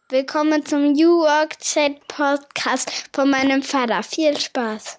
Willkommen zum New Work Chat Podcast von meinem Vater. Viel Spaß!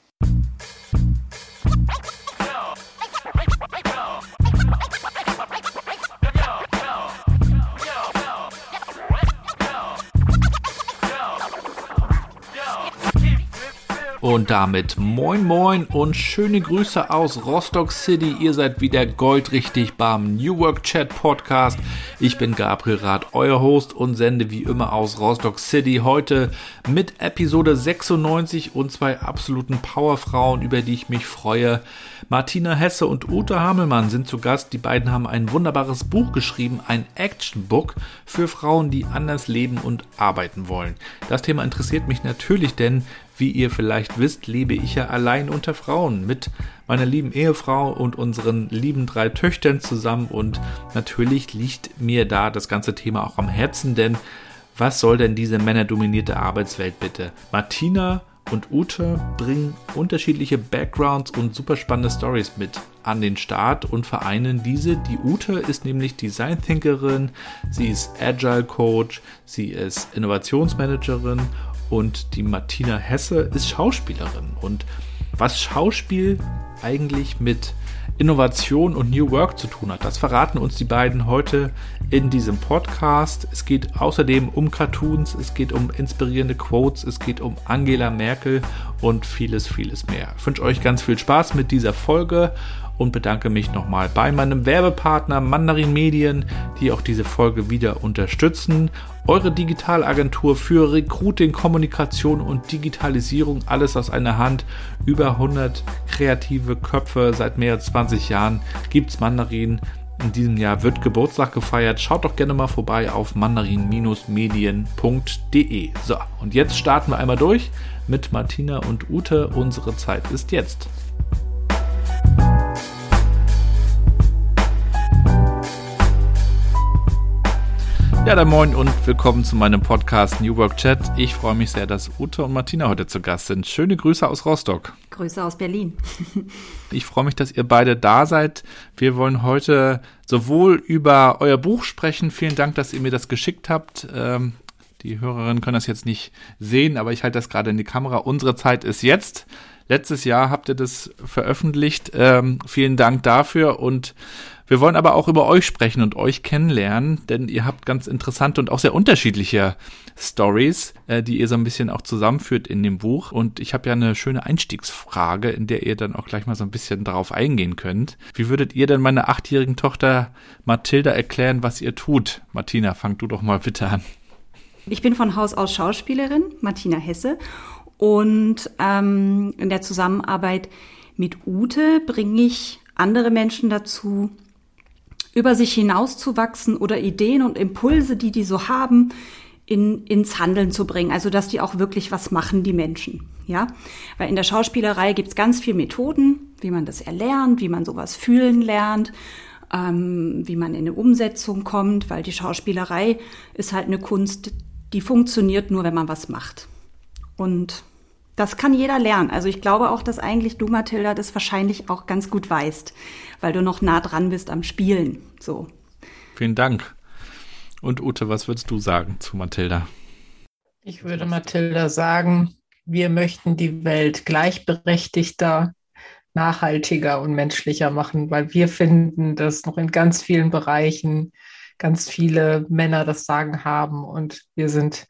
Und damit moin moin und schöne Grüße aus Rostock City. Ihr seid wieder goldrichtig beim New Work Chat Podcast. Ich bin Gabriel Rath, euer Host und sende wie immer aus Rostock City. Heute mit Episode 96 und zwei absoluten Powerfrauen, über die ich mich freue. Martina Hesse und Ute Hamelmann sind zu Gast. Die beiden haben ein wunderbares Buch geschrieben, ein Action-Book für Frauen, die anders leben und arbeiten wollen. Das Thema interessiert mich natürlich, denn wie ihr vielleicht wisst, lebe ich ja allein unter Frauen mit meiner lieben Ehefrau und unseren lieben 3 Töchtern zusammen. Und natürlich liegt mir da das ganze Thema auch am Herzen, denn was soll denn diese männerdominierte Arbeitswelt bitte? Martina und Ute bringen unterschiedliche Backgrounds und super spannende Stories mit an den Start und vereinen diese. Die Ute ist nämlich Design Thinkerin, sie ist Agile Coach, sie ist Innovationsmanagerin und die Martina Hesse ist Schauspielerin. Und was Schauspiel eigentlich mit Innovation und New Work zu tun hat, das verraten uns die beiden heute in diesem Podcast. Es geht außerdem um Cartoons, es geht um inspirierende Quotes, es geht um Angela Merkel und vieles, vieles mehr. Ich wünsche euch ganz viel Spaß mit dieser Folge und bedanke mich nochmal bei meinem Werbepartner Mandarin Medien, die auch diese Folge wieder unterstützen. Eure Digitalagentur für Recruiting, Kommunikation und Digitalisierung, alles aus einer Hand. Über 100 kreative Köpfe, seit mehr als 20 Jahren gibt's Mandarin. In diesem Jahr wird Geburtstag gefeiert. Schaut doch gerne mal vorbei auf mandarin-medien.de. So, und jetzt starten wir einmal durch mit Martina und Ute. Unsere Zeit ist jetzt. Ja, dann moin und willkommen zu meinem Podcast New Work Chat. Ich freue mich sehr, dass Ute und Martina heute zu Gast sind. Schöne Grüße aus Rostock. Grüße aus Berlin. Ich freue mich, dass ihr beide da seid. Wir wollen heute sowohl über euer Buch sprechen. Vielen Dank, dass ihr mir das geschickt habt. Die Hörerinnen können das jetzt nicht sehen, aber ich halte das gerade in die Kamera. Unsere Zeit ist jetzt. Letztes Jahr habt ihr das veröffentlicht. Vielen Dank dafür und wir wollen aber auch über euch sprechen und euch kennenlernen, denn ihr habt ganz interessante und auch sehr unterschiedliche Stories, die ihr so ein bisschen auch zusammenführt in dem Buch. Und ich habe ja eine schöne Einstiegsfrage, in der ihr dann auch gleich mal so ein bisschen darauf eingehen könnt. Wie würdet ihr denn meiner 8-jährigen Tochter Mathilda erklären, was ihr tut? Martina, fang du doch mal bitte an. Ich bin von Haus aus Schauspielerin, Martina Hesse. Und in der Zusammenarbeit mit Ute bringe ich andere Menschen dazu, über sich hinauszuwachsen oder Ideen und Impulse, die so haben, ins Handeln zu bringen. Also, dass die auch wirklich was machen, die Menschen. Ja, weil in der Schauspielerei gibt's ganz viele Methoden, wie man das erlernt, wie man sowas fühlen lernt, wie man in eine Umsetzung kommt, weil die Schauspielerei ist halt eine Kunst, die funktioniert nur, wenn man was macht. Und das kann jeder lernen. Also ich glaube auch, dass eigentlich du, Mathilda, das wahrscheinlich auch ganz gut weißt, weil du noch nah dran bist am Spielen. So. Vielen Dank. Und Ute, was würdest du sagen zu Mathilda? Ich würde Mathilda sagen, wir möchten die Welt gleichberechtigter, nachhaltiger und menschlicher machen, weil wir finden, dass noch in ganz vielen Bereichen ganz viele Männer das Sagen haben und wir sind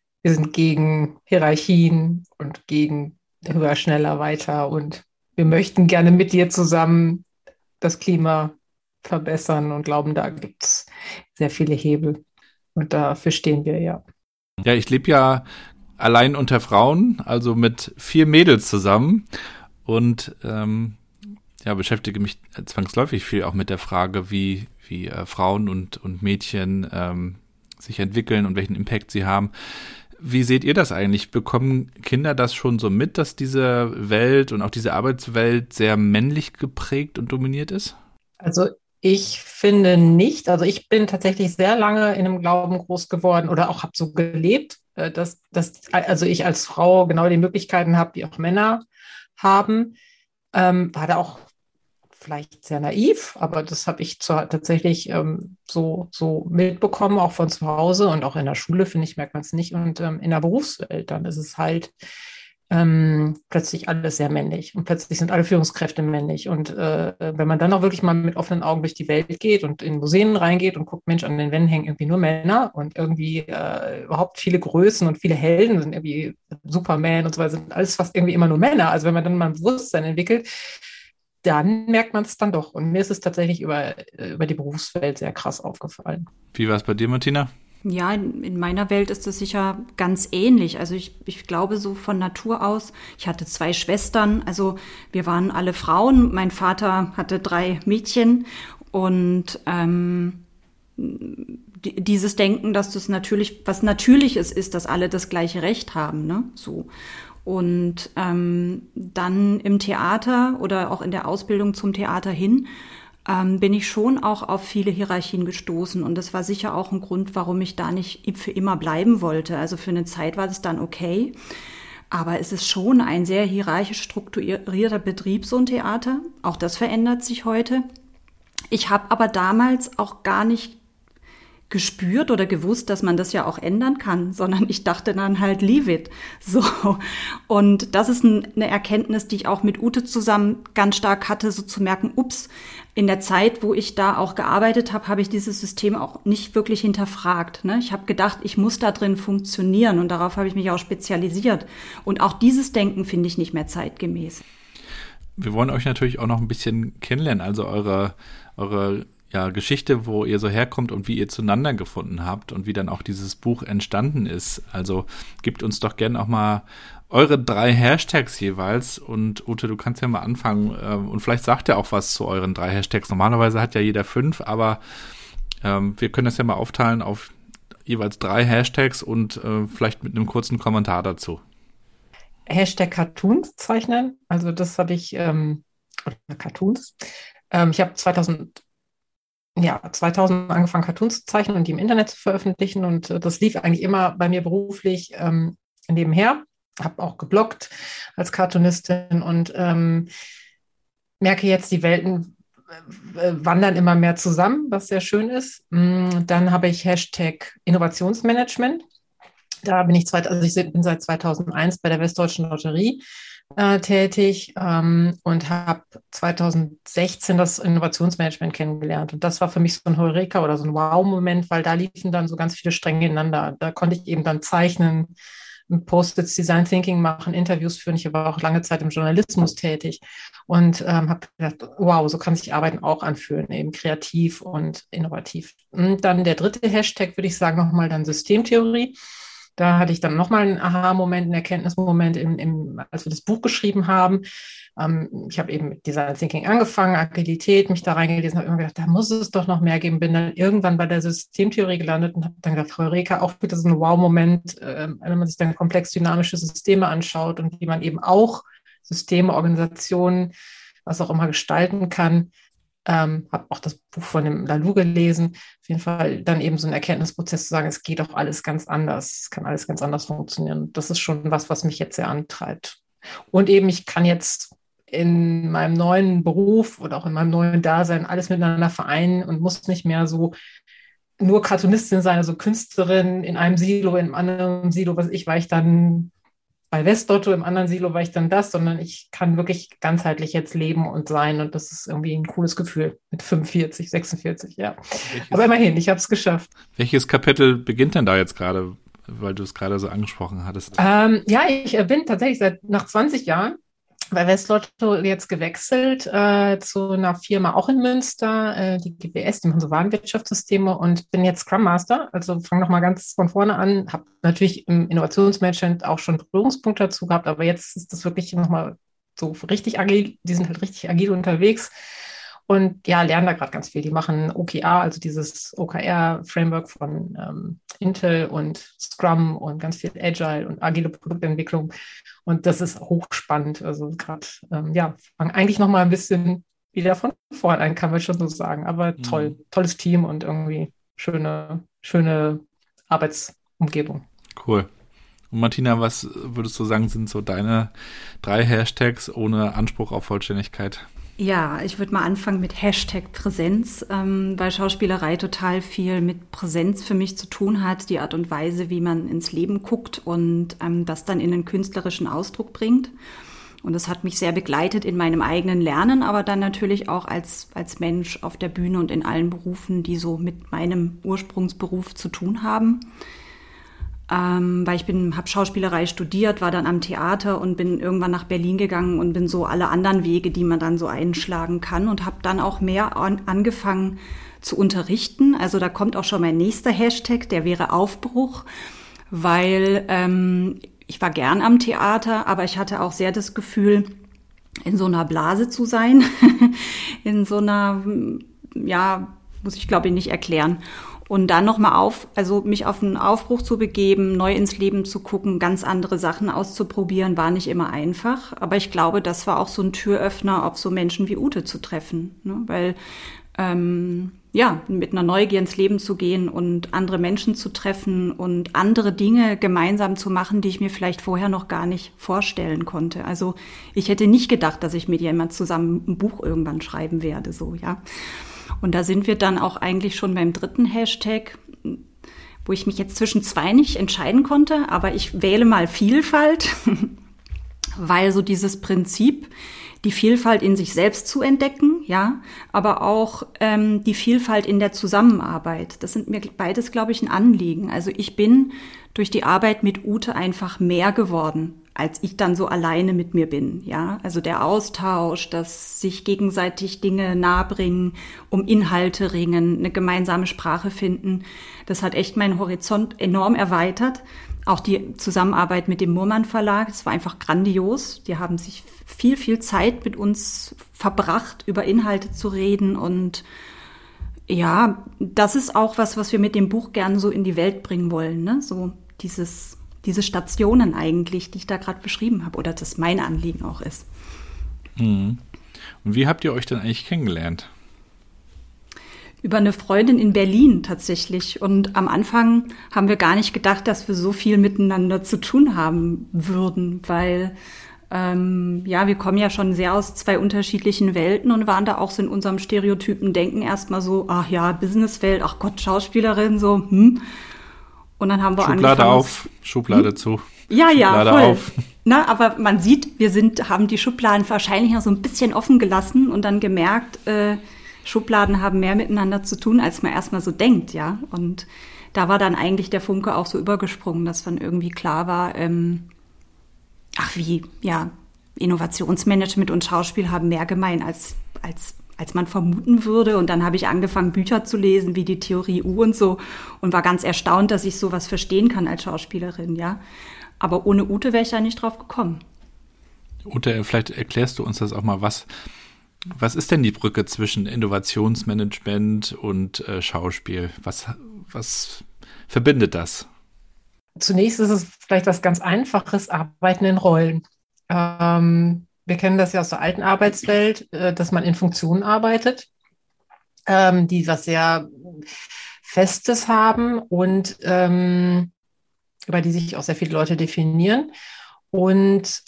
gegen Hierarchien und gegen höher, schneller, weiter. Und wir möchten gerne mit dir zusammen das Klima verbessern und glauben, da gibt es sehr viele Hebel. Und dafür stehen wir, ja. Ja, ich lebe ja allein unter Frauen, also mit 4 Mädels zusammen. Und beschäftige mich zwangsläufig viel auch mit der Frage, wie Frauen und Mädchen sich entwickeln und welchen Impact sie haben. Wie seht ihr das eigentlich? Bekommen Kinder das schon so mit, dass diese Welt und auch diese Arbeitswelt sehr männlich geprägt und dominiert ist? Also ich finde nicht. Also ich bin tatsächlich sehr lange in einem Glauben groß geworden oder auch habe so gelebt, dass also ich als Frau genau die Möglichkeiten habe, die auch Männer haben. War da auch vielleicht sehr naiv, aber das habe ich tatsächlich so mitbekommen, auch von zu Hause und auch in der Schule, finde ich, merkt man es nicht. Und in der Berufswelt, dann ist es halt plötzlich alles sehr männlich und plötzlich sind alle Führungskräfte männlich. Und wenn man dann auch wirklich mal mit offenen Augen durch die Welt geht und in Museen reingeht und guckt, Mensch, an den Wänden hängen irgendwie nur Männer und irgendwie überhaupt viele Größen und viele Helden sind irgendwie Superman und so weiter, sind alles fast irgendwie immer nur Männer. Also wenn man dann mal ein Bewusstsein entwickelt, dann merkt man es dann doch. Und mir ist es tatsächlich über die Berufswelt sehr krass aufgefallen. Wie war es bei dir, Martina? Ja, in meiner Welt ist es sicher ganz ähnlich. Also ich glaube so von Natur aus, ich hatte 2 Schwestern, also wir waren alle Frauen. Mein Vater hatte 3 Mädchen und dieses Denken, dass das natürlich, was Natürliches ist, dass alle das gleiche Recht haben, ne? So. Und dann im Theater oder auch in der Ausbildung zum Theater hin bin ich schon auch auf viele Hierarchien gestoßen. Und das war sicher auch ein Grund, warum ich da nicht für immer bleiben wollte. Also für eine Zeit war das dann okay. Aber es ist schon ein sehr hierarchisch strukturierter Betrieb, so ein Theater. Auch das verändert sich heute. Ich habe aber damals auch gar nicht gespürt oder gewusst, dass man das ja auch ändern kann, sondern ich dachte dann halt, leave it. So. Und das ist eine Erkenntnis, die ich auch mit Ute zusammen ganz stark hatte, so zu merken, ups, in der Zeit, wo ich da auch gearbeitet habe, habe ich dieses System auch nicht wirklich hinterfragt. Ne? Ich habe gedacht, ich muss da drin funktionieren und darauf habe ich mich auch spezialisiert. Und auch dieses Denken finde ich nicht mehr zeitgemäß. Wir wollen euch natürlich auch noch ein bisschen kennenlernen, also eure Geschichte, wo ihr so herkommt und wie ihr zueinander gefunden habt und wie dann auch dieses Buch entstanden ist. Also gebt uns doch gerne auch mal eure 3 Hashtags jeweils. Und Ute, du kannst ja mal anfangen und vielleicht sagt ihr auch was zu euren 3 Hashtags. Normalerweise hat ja jeder 5, aber wir können das ja mal aufteilen auf jeweils 3 Hashtags und vielleicht mit einem kurzen Kommentar dazu. Hashtag Cartoons zeichnen, also das habe ich, oder Cartoons. Ich habe 2000 angefangen, Cartoons zu zeichnen und die im Internet zu veröffentlichen. Und das lief eigentlich immer bei mir beruflich nebenher. Habe auch gebloggt als Cartoonistin und merke jetzt, die Welten wandern immer mehr zusammen, was sehr schön ist. Dann habe ich Hashtag Innovationsmanagement. Da bin ich bin seit 2001 bei der Westdeutschen Lotterie tätig und habe 2016 das Innovationsmanagement kennengelernt. Und das war für mich so ein Heureka oder so ein Wow-Moment, weil da liefen dann so ganz viele Stränge ineinander. Da konnte ich eben dann zeichnen, Post-its, Design Thinking machen, Interviews führen. Ich war auch lange Zeit im Journalismus tätig und habe gedacht, wow, so kann sich Arbeiten auch anfühlen, eben kreativ und innovativ. Und dann der 3. Hashtag, würde ich sagen, nochmal dann Systemtheorie. Da hatte ich dann nochmal einen Aha-Moment, einen Erkenntnismoment, als wir das Buch geschrieben haben. Ich habe eben mit Design Thinking angefangen, Agilität, mich da reingelesen, habe immer gedacht, da muss es doch noch mehr geben. Bin dann irgendwann bei der Systemtheorie gelandet und habe dann gedacht, Heureka, auch wieder so ein Wow-Moment, wenn man sich dann komplex dynamische Systeme anschaut und wie man eben auch Systeme, Organisationen, was auch immer gestalten kann. Habe auch das Buch von dem Lalou gelesen. Auf jeden Fall dann eben so ein Erkenntnisprozess zu sagen, es geht doch alles ganz anders. Es kann alles ganz anders funktionieren. Das ist schon was mich jetzt sehr antreibt. Und eben, ich kann jetzt in meinem neuen Beruf oder auch in meinem neuen Dasein alles miteinander vereinen und muss nicht mehr so nur Cartoonistin sein, also Künstlerin in einem Silo, in einem anderen Silo, war ich dann bei Westdotto, im anderen Silo war ich dann das, sondern ich kann wirklich ganzheitlich jetzt leben und sein und das ist irgendwie ein cooles Gefühl mit 45, 46, ja. Aber immerhin, ich habe es geschafft. Welches Kapitel beginnt denn da jetzt gerade, weil du es gerade so angesprochen hattest? Ich bin tatsächlich nach 20 Jahren bei Westdotto jetzt gewechselt zu einer Firma auch in Münster, die GBS, die machen so Warenwirtschaftssysteme und bin jetzt Scrum Master. Also fange nochmal ganz von vorne an. Habe natürlich im Innovationsmanagement auch schon Berührungspunkte dazu gehabt, aber jetzt ist das wirklich nochmal so richtig agil. Die sind halt richtig agil unterwegs und ja, lernen da gerade ganz viel. Die machen OKR, also dieses OKR-Framework von Intel und Scrum und ganz viel Agile und agile Produktentwicklung. Und das ist hochspannend. Also gerade, fangen eigentlich nochmal ein bisschen wieder von vorne an, kann man schon so sagen. Aber toll, tolles Team und irgendwie schöne Arbeitsumgebung. Cool. Und Martina, was würdest du sagen, sind so deine 3 Hashtags ohne Anspruch auf Vollständigkeit? Ja, ich würde mal anfangen mit Hashtag Präsenz, weil Schauspielerei total viel mit Präsenz für mich zu tun hat, die Art und Weise, wie man ins Leben guckt und das dann in einen künstlerischen Ausdruck bringt. Und das hat mich sehr begleitet in meinem eigenen Lernen, aber dann natürlich auch als Mensch auf der Bühne und in allen Berufen, die so mit meinem Ursprungsberuf zu tun haben. Weil ich habe Schauspielerei studiert, war dann am Theater und bin irgendwann nach Berlin gegangen und bin so alle anderen Wege, die man dann so einschlagen kann, und habe dann auch mehr angefangen zu unterrichten. Also da kommt auch schon mein nächster Hashtag, der wäre Aufbruch, weil ich war gern am Theater, aber ich hatte auch sehr das Gefühl, in so einer Blase zu sein, in so einer, ja, muss ich glaube ich nicht erklären. Und dann nochmal mich auf einen Aufbruch zu begeben, neu ins Leben zu gucken, ganz andere Sachen auszuprobieren, war nicht immer einfach. Aber ich glaube, das war auch so ein Türöffner, auf so Menschen wie Ute zu treffen. Ne? Weil, mit einer Neugier ins Leben zu gehen und andere Menschen zu treffen und andere Dinge gemeinsam zu machen, die ich mir vielleicht vorher noch gar nicht vorstellen konnte. Also ich hätte nicht gedacht, dass ich mit jemand zusammen ein Buch irgendwann schreiben werde, so, ja. Und da sind wir dann auch eigentlich schon beim dritten Hashtag, wo ich mich jetzt zwischen zwei nicht entscheiden konnte, aber ich wähle mal Vielfalt, weil so dieses Prinzip, die Vielfalt in sich selbst zu entdecken, ja, aber auch die Vielfalt in der Zusammenarbeit. Das sind mir beides, glaube ich, ein Anliegen. Also ich bin durch die Arbeit mit Ute einfach mehr geworden, als ich dann so alleine mit mir bin, ja. Also der Austausch, das sich gegenseitig Dinge nahebringen, um Inhalte ringen, eine gemeinsame Sprache finden, das hat echt meinen Horizont enorm erweitert. Auch die Zusammenarbeit mit dem Murmann Verlag, das war einfach grandios. Die haben sich viel, viel Zeit mit uns verbracht, über Inhalte zu reden. Und ja, das ist auch was wir mit dem Buch gerne so in die Welt bringen wollen, ne? So diese Stationen eigentlich, die ich da gerade beschrieben habe, oder das mein Anliegen auch ist. Mhm. Und wie habt ihr euch denn eigentlich kennengelernt? Über eine Freundin in Berlin tatsächlich. Und am Anfang haben wir gar nicht gedacht, dass wir so viel miteinander zu tun haben würden, weil wir kommen ja schon sehr aus zwei unterschiedlichen Welten und waren da auch so in unserem stereotypen Denken erstmal so, ach ja, Businesswelt, ach Gott, Schauspielerin, so, Und dann haben wir Schublade angefangen. auf, Schublade zu. Ja, Schublade voll. auf. Na, aber man sieht, haben die Schubladen wahrscheinlich noch so ein bisschen offen gelassen und dann gemerkt, Schubladen haben mehr miteinander zu tun, als man erstmal so denkt, ja. Und da war dann eigentlich der Funke auch so übergesprungen, dass dann irgendwie klar war, Innovationsmanagement und Schauspiel haben mehr gemein, als man vermuten würde. Und dann habe ich angefangen, Bücher zu lesen, wie die Theorie U und so, und war ganz erstaunt, dass ich sowas verstehen kann als Schauspielerin, ja. Aber ohne Ute wäre ich da nicht drauf gekommen. Ute, vielleicht erklärst du uns das auch mal, was ist denn die Brücke zwischen Innovationsmanagement und Schauspiel? Was verbindet das? Zunächst ist es vielleicht was ganz Einfaches, Arbeiten in Rollen. Wir kennen das ja aus der alten Arbeitswelt, dass man in Funktionen arbeitet, die was sehr Festes haben und über die sich auch sehr viele Leute definieren. Und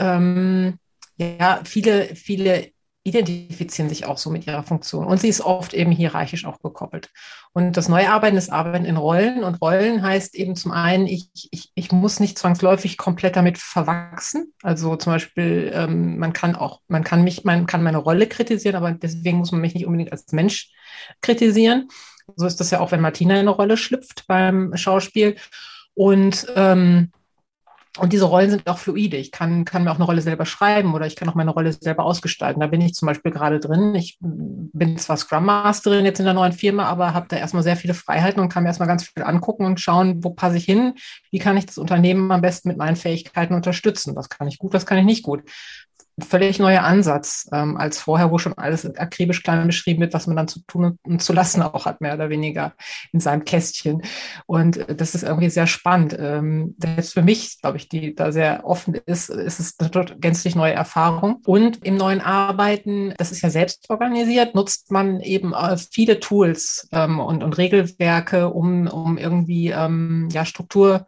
viele identifizieren sich auch so mit ihrer Funktion. Und sie ist oft eben hierarchisch auch gekoppelt. Und das neue Arbeiten ist Arbeiten in Rollen. Und Rollen heißt eben zum einen, ich muss nicht zwangsläufig komplett damit verwachsen. Also zum Beispiel, man kann meine Rolle kritisieren, aber deswegen muss man mich nicht unbedingt als Mensch kritisieren. So ist das ja auch, wenn Martina in eine Rolle schlüpft beim Schauspiel. Und diese Rollen sind auch fluide. Ich kann mir auch eine Rolle selber schreiben oder ich kann auch meine Rolle selber ausgestalten. Da bin ich zum Beispiel gerade drin. Ich bin zwar Scrum Masterin jetzt in der neuen Firma, aber habe da erstmal sehr viele Freiheiten und kann mir erstmal ganz viel angucken und schauen, wo passe ich hin? Wie kann ich das Unternehmen am besten mit meinen Fähigkeiten unterstützen? Was kann ich gut, was kann ich nicht gut? Völlig neuer Ansatz als vorher, wo schon alles akribisch klein beschrieben wird, was man dann zu tun und zu lassen auch hat, mehr oder weniger in seinem Kästchen. Und das ist irgendwie sehr spannend. Selbst für mich, glaube ich, die da sehr offen ist es eine gänzlich neue Erfahrung. Und im neuen Arbeiten, das ist ja selbst organisiert, nutzt man eben viele Tools und Regelwerke, um irgendwie Struktur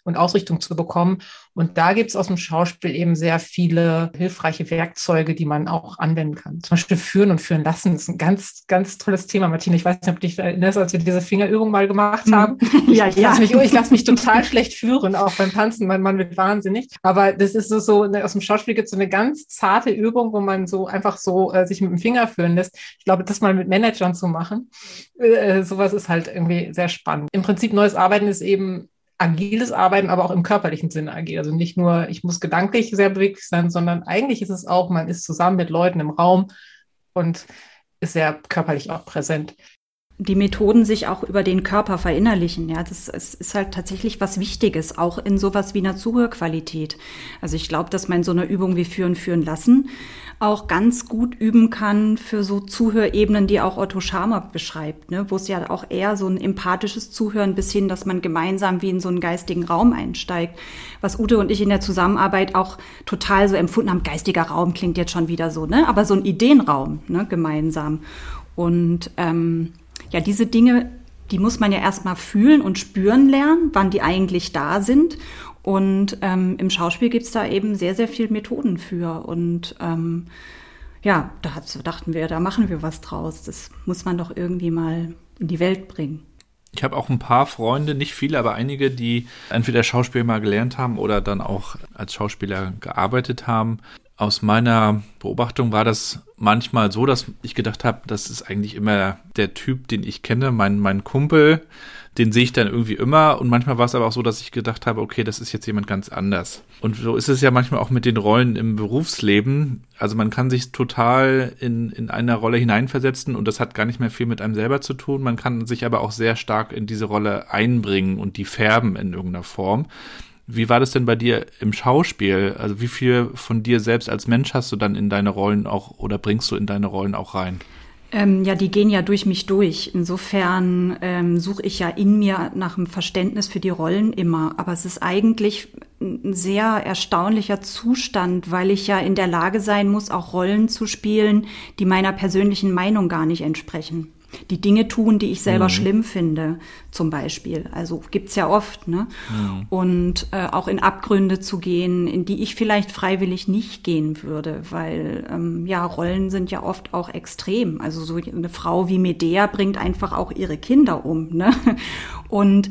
und Ausrichtung zu bekommen. Und da gibt es aus dem Schauspiel eben sehr viele hilfreiche Werkzeuge, die man auch anwenden kann. Zum Beispiel führen und führen lassen ist ein ganz, ganz tolles Thema, Martina. Ich weiß nicht, ob du dich erinnerst, als wir diese Fingerübung mal gemacht haben. Ich lasse mich total schlecht führen, auch beim Tanzen. Mein Mann wird wahnsinnig. Aber das ist so aus dem Schauspiel gibt es so eine ganz zarte Übung, wo man so einfach so sich mit dem Finger führen lässt. Ich glaube, das mal mit Managern zu machen, sowas ist halt irgendwie sehr spannend. Im Prinzip neues Arbeiten ist eben agiles Arbeiten, aber auch im körperlichen Sinne agil. Also nicht nur, ich muss gedanklich sehr beweglich sein, sondern eigentlich ist es auch, man ist zusammen mit Leuten im Raum und ist sehr körperlich auch präsent. Die Methoden sich auch über den Körper verinnerlichen, ja, das ist halt tatsächlich was Wichtiges, auch in sowas wie einer Zuhörqualität. Also ich glaube, dass man so eine Übung wie Führen lassen auch ganz gut üben kann für so Zuhörebenen, die auch Otto Scharmer beschreibt, ne, wo es ja auch eher so ein empathisches Zuhören bis hin, dass man gemeinsam wie in so einen geistigen Raum einsteigt. Was Ute und ich in der Zusammenarbeit auch total so empfunden haben, geistiger Raum klingt jetzt schon wieder so, ne, aber so ein Ideenraum, ne, gemeinsam. Und ja, diese Dinge, die muss man ja erstmal fühlen und spüren lernen, wann die eigentlich da sind. Und im Schauspiel gibt's da eben sehr, sehr viele Methoden für. Und ja, dachten wir, da machen wir was draus. Das muss man doch irgendwie mal in die Welt bringen. Ich habe auch ein paar Freunde, nicht viele, aber einige, die entweder Schauspiel mal gelernt haben oder dann auch als Schauspieler gearbeitet haben. Aus meiner Beobachtung war das manchmal so, dass ich gedacht habe, das ist eigentlich immer der Typ, den ich kenne, mein Kumpel, den sehe ich dann irgendwie immer. Und manchmal war es aber auch so, dass ich gedacht habe, okay, das ist jetzt jemand ganz anders. Und so ist es ja manchmal auch mit den Rollen im Berufsleben. Also man kann sich total in eine Rolle hineinversetzen und das hat gar nicht mehr viel mit einem selber zu tun. Man kann sich aber auch sehr stark in diese Rolle einbringen und die färben in irgendeiner Form. Wie war das denn bei dir im Schauspiel? Also wie viel von dir selbst als Mensch hast du dann in deine Rollen auch oder bringst du in deine Rollen auch rein? Ja, die gehen ja durch mich durch. Insofern suche ich ja in mir nach einem Verständnis für die Rollen immer. Aber es ist eigentlich ein sehr erstaunlicher Zustand, weil ich ja in der Lage sein muss, auch Rollen zu spielen, die meiner persönlichen Meinung gar nicht entsprechen. Die Dinge tun, die ich selber schlimm finde, zum Beispiel. Also gibt's ja oft, ne? Und auch in Abgründe zu gehen, in die ich vielleicht freiwillig nicht gehen würde, weil ja, Rollen sind ja oft auch extrem. Also so eine Frau wie Medea bringt einfach auch ihre Kinder um, ne? Und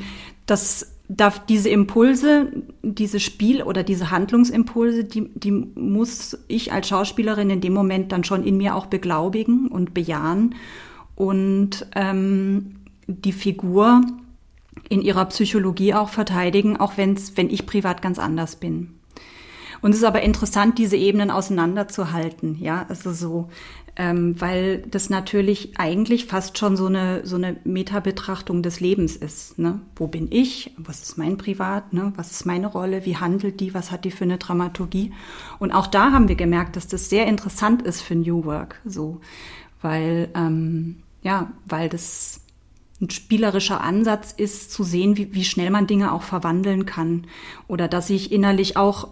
diese Impulse, diese Spiel- oder diese Handlungsimpulse, die muss ich als Schauspielerin in dem Moment dann schon in mir auch beglaubigen und bejahen. Und die Figur in ihrer Psychologie auch verteidigen, auch wenn ich privat ganz anders bin. Und es ist aber interessant, diese Ebenen auseinanderzuhalten, ja, also so, weil das natürlich eigentlich fast schon so eine Metabetrachtung des Lebens ist, ne? Wo bin ich? Was ist mein Privat? Ne? Was ist meine Rolle? Wie handelt die? Was hat die für eine Dramaturgie? Und auch da haben wir gemerkt, dass das sehr interessant ist für New Work, so. Weil das ein spielerischer Ansatz ist, zu sehen, wie schnell man Dinge auch verwandeln kann. Oder dass ich innerlich auch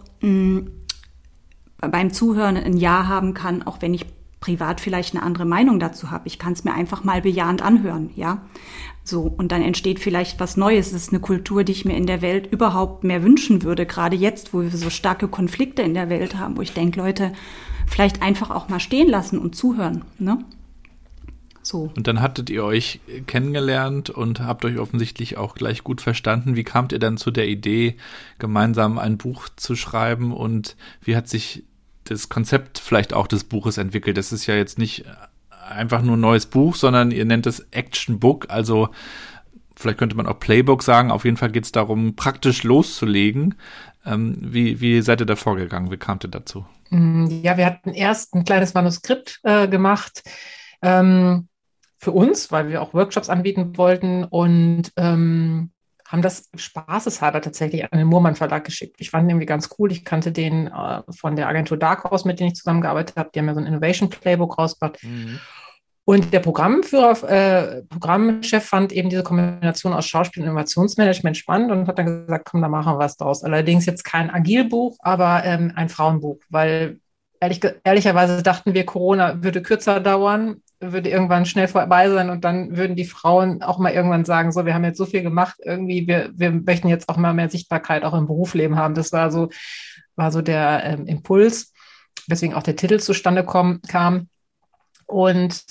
beim Zuhören ein Ja haben kann, auch wenn ich privat vielleicht eine andere Meinung dazu habe. Ich kann es mir einfach mal bejahend anhören, ja. So, und dann entsteht vielleicht was Neues. Es ist eine Kultur, die ich mir in der Welt überhaupt mehr wünschen würde. Gerade jetzt, wo wir so starke Konflikte in der Welt haben, wo ich denke, Leute, vielleicht einfach auch mal stehen lassen und zuhören, ne? So. Und dann hattet ihr euch kennengelernt und habt euch offensichtlich auch gleich gut verstanden. Wie kamt ihr dann zu der Idee, gemeinsam ein Buch zu schreiben und wie hat sich das Konzept vielleicht auch des Buches entwickelt? Das ist ja jetzt nicht einfach nur ein neues Buch, sondern ihr nennt es Action Book, also vielleicht könnte man auch Playbook sagen. Auf jeden Fall geht es darum, praktisch loszulegen. Wie seid ihr da vorgegangen? Wie kamt ihr dazu? Ja, wir hatten erst ein kleines Manuskript gemacht, für uns, weil wir auch Workshops anbieten wollten und haben das spaßeshalber tatsächlich an den Murmann Verlag geschickt. Ich fand ihn irgendwie ganz cool. Ich kannte den von der Agentur Dark Horse, mit denen ich zusammengearbeitet habe. Die haben ja so ein Innovation Playbook rausgebracht. Und der Programmchef fand eben diese Kombination aus Schauspiel und Innovationsmanagement spannend und hat dann gesagt, komm, da machen wir was draus. Allerdings jetzt kein Agilbuch, aber ein Frauenbuch, weil ehrlicherweise dachten wir, Corona würde kürzer dauern. würde irgendwann schnell vorbei sein und dann würden die Frauen auch mal irgendwann sagen, so, wir haben jetzt so viel gemacht, irgendwie, wir möchten jetzt auch mal mehr Sichtbarkeit auch im Berufsleben haben. Das war so der Impuls, weswegen auch der Titel zustande kam. Und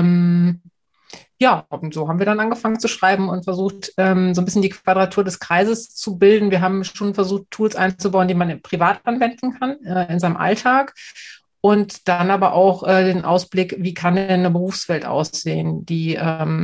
ja, und so haben wir dann angefangen zu schreiben und versucht, so ein bisschen die Quadratur des Kreises zu bilden. Wir haben schon versucht, Tools einzubauen, die man privat anwenden kann, in seinem Alltag. Und dann aber auch den Ausblick, wie kann denn eine Berufswelt aussehen, die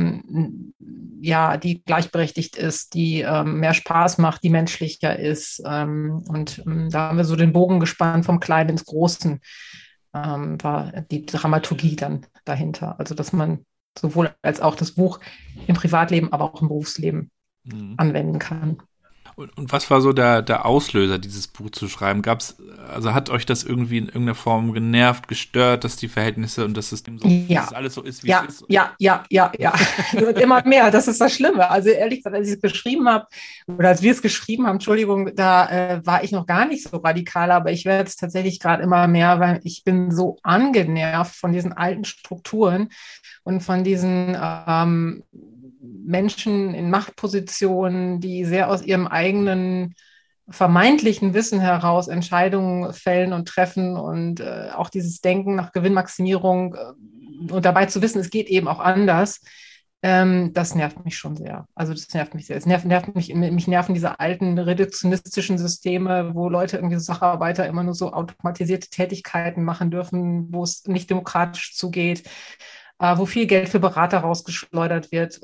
die gleichberechtigt ist, die mehr Spaß macht, die menschlicher ist. Da haben wir so den Bogen gespannt vom Kleinen ins Großen, war die Dramaturgie dann dahinter. Also dass man sowohl als auch das Buch im Privatleben, aber auch im Berufsleben anwenden kann. Und was war so der Auslöser, dieses Buch zu schreiben? Hat euch das irgendwie in irgendeiner Form genervt, gestört, dass die Verhältnisse und das System so, dass es alles so ist, wie es ist? Ja. Und immer mehr, das ist das Schlimme. Also ehrlich gesagt, als ich es geschrieben habe, oder als wir es geschrieben haben, Entschuldigung, da war ich noch gar nicht so radikal, aber ich werde es tatsächlich gerade immer mehr, weil ich bin so angenervt von diesen alten Strukturen und von diesen Menschen in Machtpositionen, die sehr aus ihrem eigenen vermeintlichen Wissen heraus Entscheidungen fällen und treffen und auch dieses Denken nach Gewinnmaximierung und dabei zu wissen, es geht eben auch anders, das nervt mich schon sehr. Also das nervt mich sehr. Mich nerven diese alten reduktionistischen Systeme, wo Leute irgendwie so Sacharbeiter immer nur so automatisierte Tätigkeiten machen dürfen, wo es nicht demokratisch zugeht, wo viel Geld für Berater rausgeschleudert wird.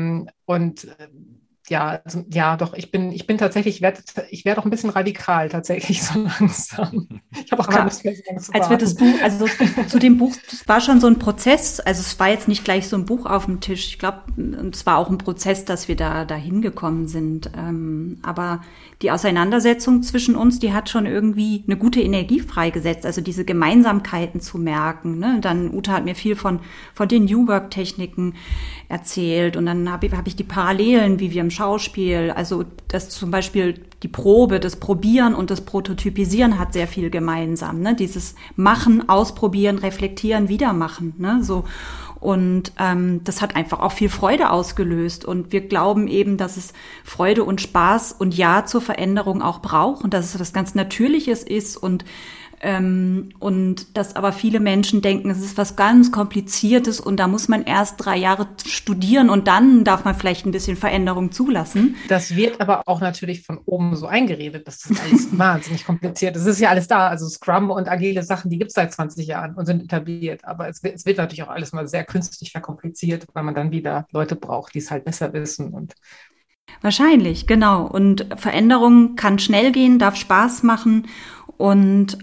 Ich bin tatsächlich, ich werde auch ein bisschen radikal tatsächlich so langsam. Ich habe auch keine Lust mehr, so lange zu warten. Als wir das Buch, also zu dem Buch, das war schon so ein Prozess, also es war jetzt nicht gleich so ein Buch auf dem Tisch. Ich glaube, es war auch ein Prozess, dass wir da hingekommen sind. Aber die Auseinandersetzung zwischen uns, die hat schon irgendwie eine gute Energie freigesetzt, also diese Gemeinsamkeiten zu merken. Ne? Dann Ute hat mir viel von den New Work-Techniken erzählt und dann habe ich die Parallelen, wie wir im Schauspiel, also das zum Beispiel die Probe, das Probieren und das Prototypisieren hat sehr viel gemeinsam, ne? Dieses Machen, Ausprobieren, Reflektieren, Wiedermachen, ne? So. Und das hat einfach auch viel Freude ausgelöst. Und wir glauben eben, dass es Freude und Spaß und Ja zur Veränderung auch braucht und dass es was ganz Natürliches ist und dass aber viele Menschen denken, es ist was ganz Kompliziertes und da muss man erst 3 Jahre studieren und dann darf man vielleicht ein bisschen Veränderung zulassen. Das wird aber auch natürlich von oben so eingeredet, dass das alles wahnsinnig kompliziert ist. Es ist ja alles da, also Scrum und agile Sachen, die gibt es seit 20 Jahren und sind etabliert, aber es wird natürlich auch alles mal sehr künstlich verkompliziert, weil man dann wieder Leute braucht, die es halt besser wissen. Und wahrscheinlich, genau. Und Veränderung kann schnell gehen, darf Spaß machen. Und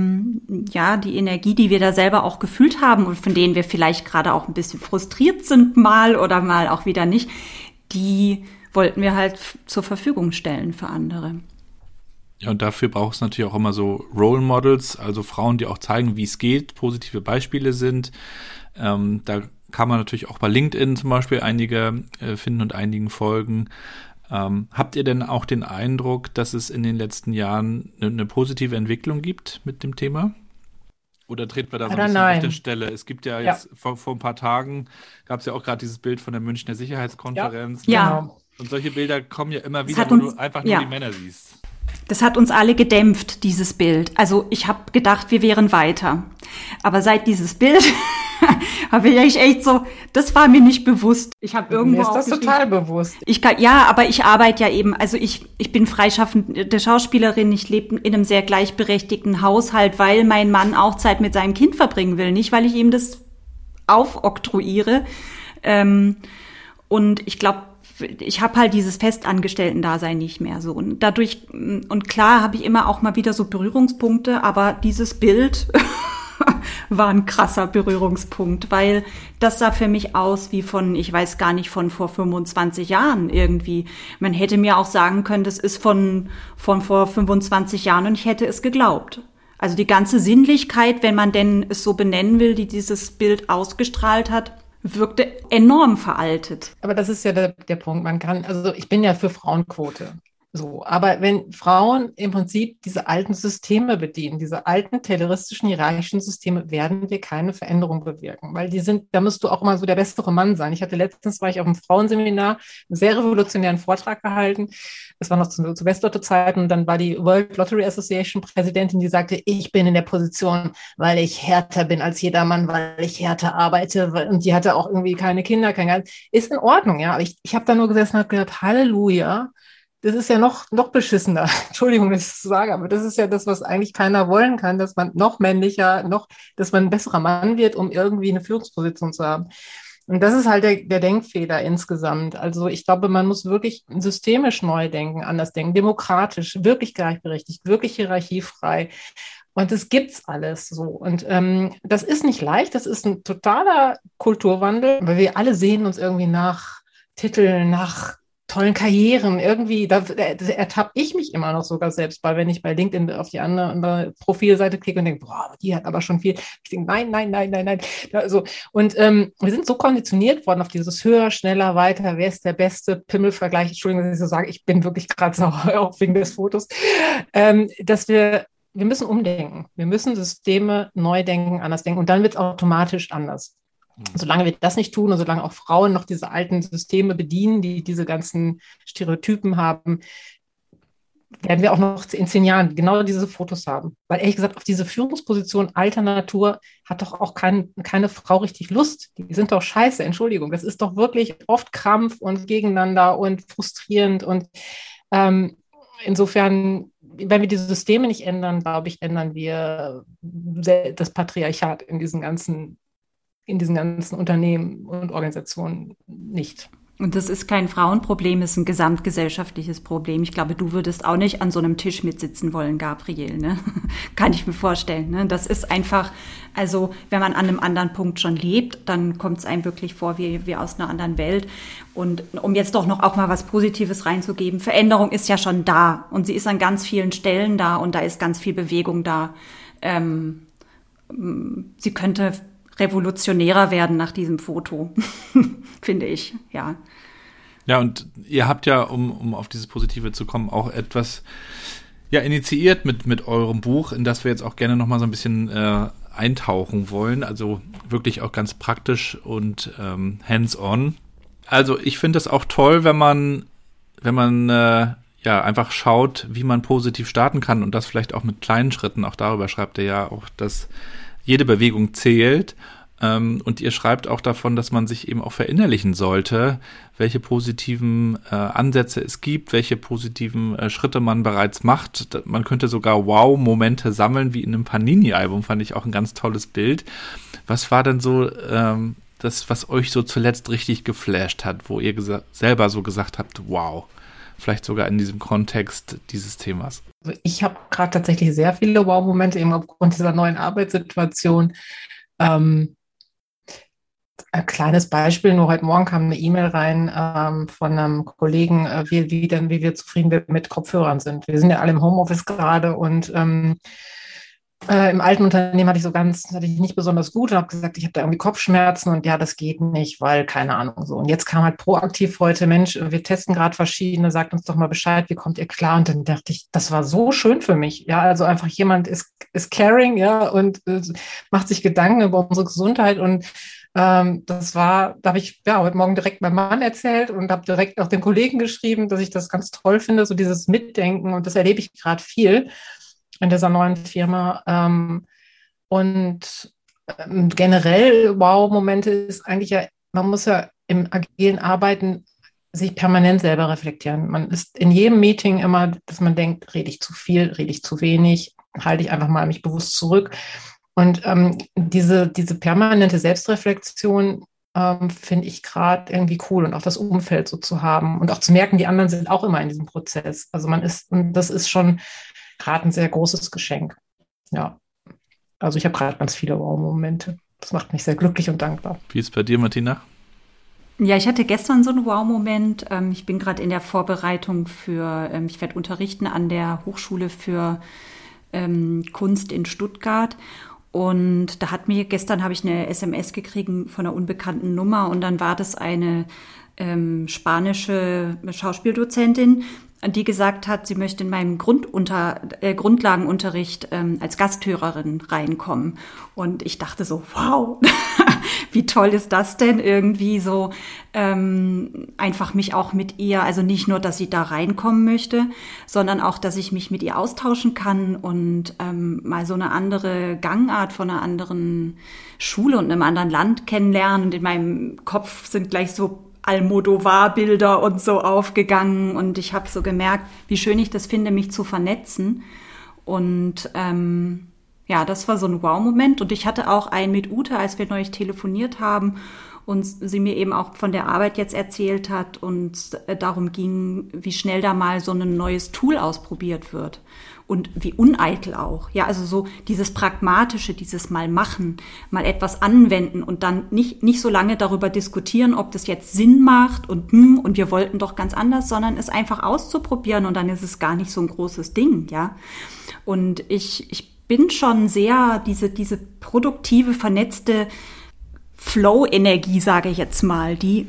die Energie, die wir da selber auch gefühlt haben und von denen wir vielleicht gerade auch ein bisschen frustriert sind mal oder mal auch wieder nicht, die wollten wir halt zur Verfügung stellen für andere. Ja, und dafür braucht es natürlich auch immer so Role Models, also Frauen, die auch zeigen, wie es geht, positive Beispiele sind. Da kann man natürlich auch bei LinkedIn zum Beispiel einige finden und einigen folgen. Habt ihr denn auch den Eindruck, dass es in den letzten Jahren eine positive Entwicklung gibt mit dem Thema? Oder treten wir da so ein bisschen auf der Stelle? Es gibt ja jetzt vor ein paar Tagen, gab es ja auch gerade dieses Bild von der Münchner Sicherheitskonferenz. Ja. Genau. Und solche Bilder kommen ja immer wieder, wo du einfach nur die Männer siehst. Das hat uns alle gedämpft, dieses Bild. Also ich habe gedacht, wir wären weiter. Aber seit dieses Bild habe ich echt so, das war mir nicht bewusst. Ich habe irgendwo mir ist das total bewusst. Aber ich arbeite ja eben, also ich bin freischaffende Schauspielerin, ich lebe in einem sehr gleichberechtigten Haushalt, weil mein Mann auch Zeit mit seinem Kind verbringen will, nicht weil ich ihm das aufoktroyiere. Und ich glaube, ich habe halt dieses Festangestellten-Dasein nicht mehr so. Und dadurch, und klar habe ich immer auch mal wieder so Berührungspunkte, aber dieses Bild war ein krasser Berührungspunkt, weil das sah für mich aus wie von vor 25 Jahren irgendwie. Man hätte mir auch sagen können, das ist von vor 25 Jahren und ich hätte es geglaubt. Also die ganze Sinnlichkeit, wenn man denn es so benennen will, die dieses Bild ausgestrahlt hat, wirkte enorm veraltet. Aber das ist ja der Punkt. Also ich bin ja für Frauenquote. So, aber wenn Frauen im Prinzip diese alten Systeme bedienen, diese alten tayloristischen, hierarchischen Systeme, werden wir keine Veränderung bewirken, weil da musst du auch immer so der bessere Mann sein. War ich auf einem Frauenseminar, einen sehr revolutionären Vortrag gehalten. Das war noch zu Westlotto-Zeiten und dann war die World Lottery Association Präsidentin, die sagte, ich bin in der Position, weil ich härter bin als jeder Mann, weil ich härter arbeite und die hatte auch irgendwie keine Kinder, ist in Ordnung, ja, aber ich habe da nur gesessen und habe gedacht, Halleluja. Das ist ja noch beschissener. Entschuldigung, dass ich das sage, aber das ist ja das, was eigentlich keiner wollen kann, dass man noch männlicher, dass man ein besserer Mann wird, um irgendwie eine Führungsposition zu haben. Und das ist halt der Denkfehler insgesamt. Also ich glaube, man muss wirklich systemisch neu denken, anders denken, demokratisch, wirklich gleichberechtigt, wirklich hierarchiefrei. Und das gibt's alles so. Und das ist nicht leicht, das ist ein totaler Kulturwandel, weil wir alle sehen uns irgendwie nach Titeln, nach tollen Karrieren. Irgendwie, da ertappe ich mich immer noch sogar selbst bei, wenn ich bei LinkedIn auf die andere Profilseite klicke und denke, boah, die hat aber schon viel. Ich denke, nein. Also, und wir sind so konditioniert worden auf dieses höher, schneller, weiter, wer ist der beste Pimmelvergleich, Entschuldigung, dass ich so sage, ich bin wirklich gerade sauer, auch wegen des Fotos, dass wir müssen umdenken. Wir müssen Systeme neu denken, anders denken und dann wird es automatisch anders. Solange wir das nicht tun und solange auch Frauen noch diese alten Systeme bedienen, die diese ganzen Stereotypen haben, werden wir auch noch in 10 Jahren genau diese Fotos haben. Weil ehrlich gesagt, auf diese Führungsposition alter Natur hat doch auch keine Frau richtig Lust. Die sind doch scheiße, Entschuldigung. Das ist doch wirklich oft Krampf und gegeneinander und frustrierend. Und insofern, wenn wir diese Systeme nicht ändern, glaube ich, ändern wir das Patriarchat in diesen ganzen Unternehmen und Organisationen nicht. Und das ist kein Frauenproblem, es ist ein gesamtgesellschaftliches Problem. Ich glaube, du würdest auch nicht an so einem Tisch mitsitzen wollen, Gabriel, ne? Kann ich mir vorstellen, ne? Das ist einfach, also wenn man an einem anderen Punkt schon lebt, dann kommt es einem wirklich vor wie aus einer anderen Welt. Und um jetzt doch noch auch mal was Positives reinzugeben, Veränderung ist ja schon da und sie ist an ganz vielen Stellen da und da ist ganz viel Bewegung da. Sie könnte revolutionärer werden nach diesem Foto, finde ich, ja. Ja, und ihr habt ja, um auf dieses Positive zu kommen, auch etwas initiiert mit eurem Buch, in das wir jetzt auch gerne nochmal so ein bisschen eintauchen wollen, also wirklich auch ganz praktisch und hands-on. Also ich finde es auch toll, wenn man einfach schaut, wie man positiv starten kann und das vielleicht auch mit kleinen Schritten, auch darüber schreibt ihr ja auch, dass jede Bewegung zählt und ihr schreibt auch davon, dass man sich eben auch verinnerlichen sollte, welche positiven Ansätze es gibt, welche positiven Schritte man bereits macht. Man könnte sogar Wow-Momente sammeln, wie in einem Panini-Album, fand ich auch ein ganz tolles Bild. Was war denn so das, was euch so zuletzt richtig geflasht hat, wo ihr selber so gesagt habt, wow, vielleicht sogar in diesem Kontext dieses Themas? Also ich habe gerade tatsächlich sehr viele Wow-Momente, eben aufgrund dieser neuen Arbeitssituation. Ein kleines Beispiel, nur heute Morgen kam eine E-Mail rein von einem Kollegen, wie wir zufrieden mit Kopfhörern sind. Wir sind ja alle im Homeoffice gerade und im alten Unternehmen hatte ich nicht besonders gut und habe gesagt, ich habe da irgendwie Kopfschmerzen und ja, das geht nicht, weil keine Ahnung so. Und jetzt kam halt proaktiv heute, Mensch, wir testen gerade verschiedene, sagt uns doch mal Bescheid, wie kommt ihr klar? Und dann dachte ich, das war so schön für mich. Ja, also einfach jemand ist caring, ja, und macht sich Gedanken über unsere Gesundheit und da habe ich heute Morgen direkt meinem Mann erzählt und habe direkt auch den Kollegen geschrieben, dass ich das ganz toll finde, so dieses Mitdenken und das erlebe ich gerade viel in dieser neuen Firma. Und generell Wow-Momente ist eigentlich ja, man muss ja im agilen Arbeiten sich permanent selber reflektieren. Man ist in jedem Meeting immer, dass man denkt, rede ich zu viel, rede ich zu wenig, halte ich einfach mal mich bewusst zurück. Und diese permanente Selbstreflexion finde ich gerade irgendwie cool und auch das Umfeld so zu haben und auch zu merken, die anderen sind auch immer in diesem Prozess. Also das ist schon gerade ein sehr großes Geschenk. Ja, also ich habe gerade ganz viele Wow-Momente. Das macht mich sehr glücklich und dankbar. Wie ist es bei dir, Martina? Ja, ich hatte gestern so einen Wow-Moment. Ich bin gerade in der Vorbereitung ich werde unterrichten an der Hochschule für Kunst in Stuttgart. Und gestern habe ich eine SMS gekriegt von einer unbekannten Nummer und dann war das eine spanische Schauspieldozentin, die gesagt hat, sie möchte in meinem Grundlagenunterricht als Gasthörerin reinkommen. Und ich dachte so, wow, wie toll ist das denn irgendwie so, einfach mich auch mit ihr, also nicht nur, dass sie da reinkommen möchte, sondern auch, dass ich mich mit ihr austauschen kann und mal so eine andere Gangart von einer anderen Schule und einem anderen Land kennenlernen. Und in meinem Kopf sind gleich so Almodovar-Bilder und so aufgegangen. Und ich habe so gemerkt, wie schön ich das finde, mich zu vernetzen. Und ja, das war so ein Wow-Moment. Und ich hatte auch einen mit Ute, als wir neulich telefoniert haben und sie mir eben auch von der Arbeit jetzt erzählt hat und darum ging, wie schnell da mal so ein neues Tool ausprobiert wird. Und wie uneitel auch. Ja, also so dieses Pragmatische, dieses mal machen, mal etwas anwenden und dann nicht so lange darüber diskutieren, ob das jetzt Sinn macht und wir wollten doch ganz anders, sondern es einfach auszuprobieren und dann ist es gar nicht so ein großes Ding, ja. Und ich bin schon sehr diese produktive, vernetzte Flow-Energie, sage ich jetzt mal, die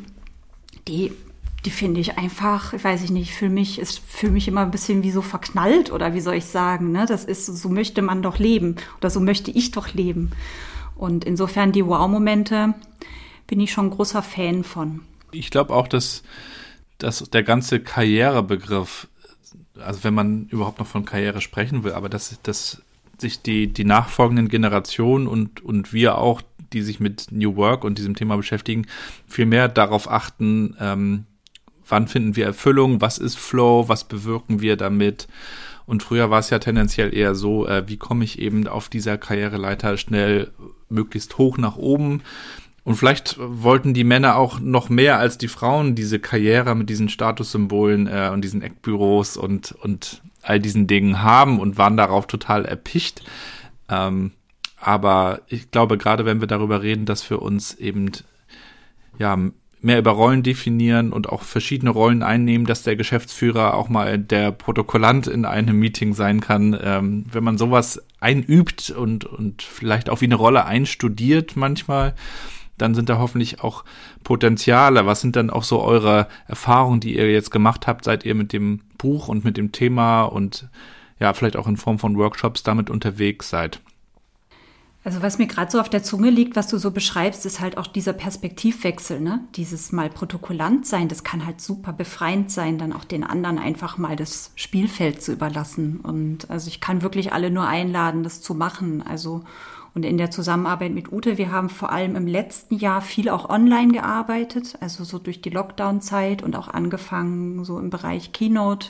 finde ich einfach, ich weiß nicht, fühle mich immer ein bisschen wie so verknallt oder wie soll ich sagen, ne? Das ist, so möchte man doch leben oder so möchte ich doch leben. Und insofern die Wow-Momente bin ich schon ein großer Fan von. Ich glaube auch, dass der ganze Karrierebegriff, also wenn man überhaupt noch von Karriere sprechen will, aber dass sich die nachfolgenden Generationen und wir auch, die sich mit New Work und diesem Thema beschäftigen, viel mehr darauf achten, wann finden wir Erfüllung, was ist Flow, was bewirken wir damit? Und früher war es ja tendenziell eher so, wie komme ich eben auf dieser Karriereleiter schnell möglichst hoch nach oben? Und vielleicht wollten die Männer auch noch mehr als die Frauen diese Karriere mit diesen Statussymbolen und diesen Eckbüros und all diesen Dingen haben und waren darauf total erpicht. Aber ich glaube, gerade wenn wir darüber reden, dass wir uns eben ja mehr über Rollen definieren und auch verschiedene Rollen einnehmen, dass der Geschäftsführer auch mal der Protokollant in einem Meeting sein kann. Wenn man sowas einübt und vielleicht auch wie eine Rolle einstudiert manchmal, dann sind da hoffentlich auch Potenziale. Was sind dann auch so eure Erfahrungen, die ihr jetzt gemacht habt, seit ihr mit dem Buch und mit dem Thema und ja, vielleicht auch in Form von Workshops damit unterwegs seid? Also was mir gerade so auf der Zunge liegt, was du so beschreibst, ist halt auch dieser Perspektivwechsel, ne? Dieses mal Protokollant sein, das kann halt super befreiend sein, dann auch den anderen einfach mal das Spielfeld zu überlassen. Und also ich kann wirklich alle nur einladen, das zu machen. Also und in der Zusammenarbeit mit Ute, wir haben vor allem im letzten Jahr viel auch online gearbeitet, also so durch die Lockdown-Zeit und auch angefangen so im Bereich Keynote,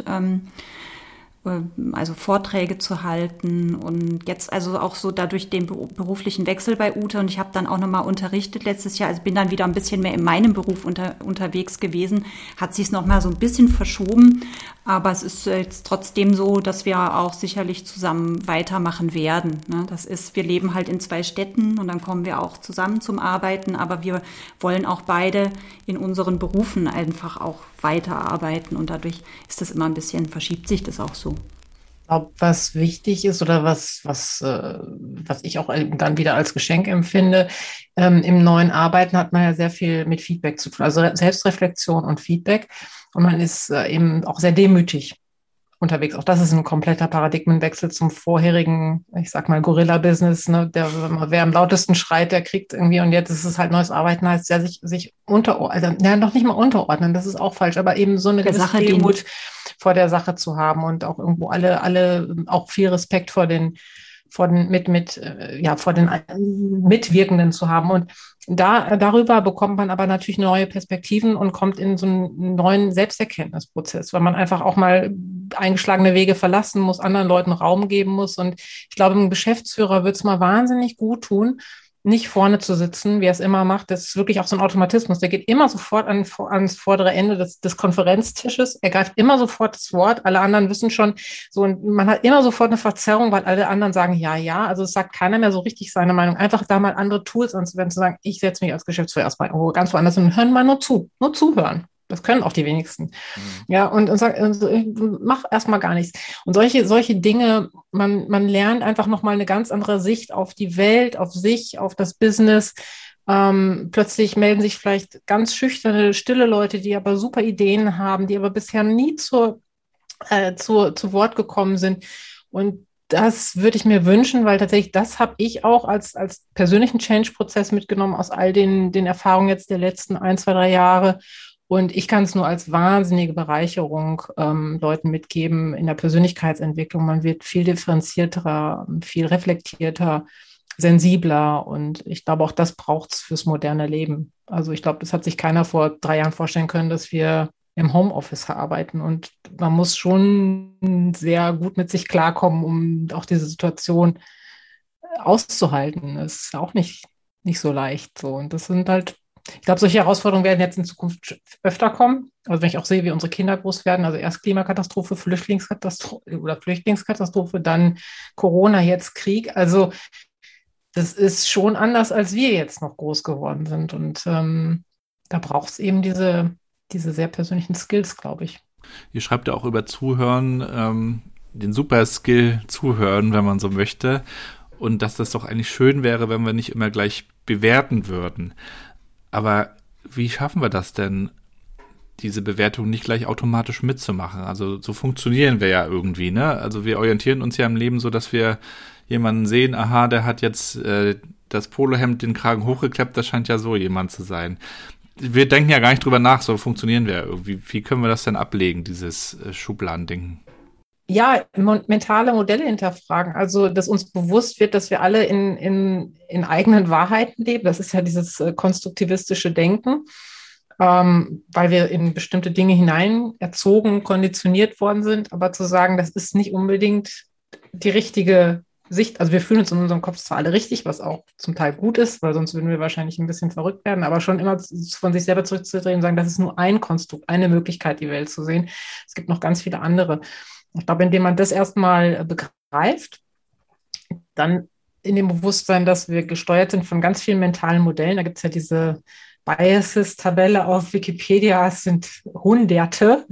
also Vorträge zu halten und jetzt also auch so dadurch den beruflichen Wechsel bei Ute und ich habe dann auch nochmal unterrichtet letztes Jahr, also bin dann wieder ein bisschen mehr in meinem Beruf unterwegs gewesen, hat sich es nochmal so ein bisschen verschoben, aber es ist jetzt trotzdem so, dass wir auch sicherlich zusammen weitermachen werden, ne? Das ist, wir leben halt in 2 Städten und dann kommen wir auch zusammen zum Arbeiten, aber wir wollen auch beide in unseren Berufen einfach auch weiterarbeiten und dadurch ist das immer ein bisschen, verschiebt sich das auch so. Ich glaube, was wichtig ist oder was ich auch dann wieder als Geschenk empfinde, im neuen Arbeiten hat man ja sehr viel mit Feedback zu tun, also Selbstreflexion und Feedback und man ist eben auch sehr demütig unterwegs. Auch das ist ein kompletter Paradigmenwechsel zum vorherigen, ich sag mal, Gorilla-Business, ne? Wer am lautesten schreit, der kriegt irgendwie, und jetzt ist es halt neues Arbeiten, heißt ja sich unterordnen, also, ja, noch nicht mal unterordnen, das ist auch falsch, aber eben so eine gewisse Demut vor der Sache zu haben und auch irgendwo alle auch viel Respekt vor den Mitwirkenden zu haben. Und darüber bekommt man aber natürlich neue Perspektiven und kommt in so einen neuen Selbsterkenntnisprozess, weil man einfach auch mal eingeschlagene Wege verlassen muss, anderen Leuten Raum geben muss. Und ich glaube, einem Geschäftsführer wird es mal wahnsinnig gut tun, nicht vorne zu sitzen, wie er es immer macht. Das ist wirklich auch so ein Automatismus. Der geht immer sofort ans vordere Ende des Konferenztisches. Er greift immer sofort das Wort. Alle anderen wissen schon so, und man hat immer sofort eine Verzerrung, weil alle anderen sagen, ja, ja. Also es sagt keiner mehr so richtig seine Meinung. Einfach da mal andere Tools anzuwenden, zu sagen, ich setze mich als Geschäftsführer erstmal ganz woanders hin und hören mal nur zuhören. Das können auch die wenigsten. Ja, und sag, also, mach erstmal gar nichts. Und solche Dinge, man lernt einfach nochmal eine ganz andere Sicht auf die Welt, auf sich, auf das Business. Plötzlich melden sich vielleicht ganz schüchterne, stille Leute, die aber super Ideen haben, die aber bisher nie zur zu Wort gekommen sind. Und das würde ich mir wünschen, weil tatsächlich das habe ich auch als persönlichen Change-Prozess mitgenommen aus all den Erfahrungen jetzt der letzten 1, 2, 3 Jahre. Und ich kann es nur als wahnsinnige Bereicherung Leuten mitgeben in der Persönlichkeitsentwicklung. Man wird viel differenzierter, viel reflektierter, sensibler. Und ich glaube, auch das braucht es fürs moderne Leben. Also ich glaube, das hat sich keiner vor 3 Jahren vorstellen können, dass wir im Homeoffice arbeiten. Und man muss schon sehr gut mit sich klarkommen, um auch diese Situation auszuhalten. Das ist auch nicht so leicht so. Und das sind halt, ich glaube, solche Herausforderungen werden jetzt in Zukunft öfter kommen. Also wenn ich auch sehe, wie unsere Kinder groß werden, also erst Klimakatastrophe, Flüchtlingskatastrophe, dann Corona, jetzt Krieg. Also das ist schon anders, als wir jetzt noch groß geworden sind. Und da braucht es eben diese sehr persönlichen Skills, glaube ich. Ihr schreibt ja auch über Zuhören, den Super-Skill Zuhören, wenn man so möchte. Und dass das doch eigentlich schön wäre, wenn wir nicht immer gleich bewerten würden. Aber wie schaffen wir das denn, diese Bewertung nicht gleich automatisch mitzumachen? Also so funktionieren wir ja irgendwie, ne? Also wir orientieren uns ja im Leben so, dass wir jemanden sehen, aha, der hat jetzt das Polohemd den Kragen hochgeklappt, das scheint ja so jemand zu sein. Wir denken ja gar nicht drüber nach, so funktionieren wir ja irgendwie. Wie können wir das denn ablegen, dieses Schubladendenken? Ja, mentale Modelle hinterfragen. Also, dass uns bewusst wird, dass wir alle in eigenen Wahrheiten leben. Das ist ja dieses konstruktivistische Denken, weil wir in bestimmte Dinge hinein erzogen, konditioniert worden sind. Aber zu sagen, das ist nicht unbedingt die richtige Sicht. Also wir fühlen uns in unserem Kopf zwar alle richtig, was auch zum Teil gut ist, weil sonst würden wir wahrscheinlich ein bisschen verrückt werden, aber schon immer von sich selber zurückzudrehen und sagen, das ist nur ein Konstrukt, eine Möglichkeit, die Welt zu sehen. Es gibt noch ganz viele andere. Ich glaube, indem man das erstmal begreift, dann in dem Bewusstsein, dass wir gesteuert sind von ganz vielen mentalen Modellen. Da gibt es ja diese Biases-Tabelle auf Wikipedia. Es sind Hunderte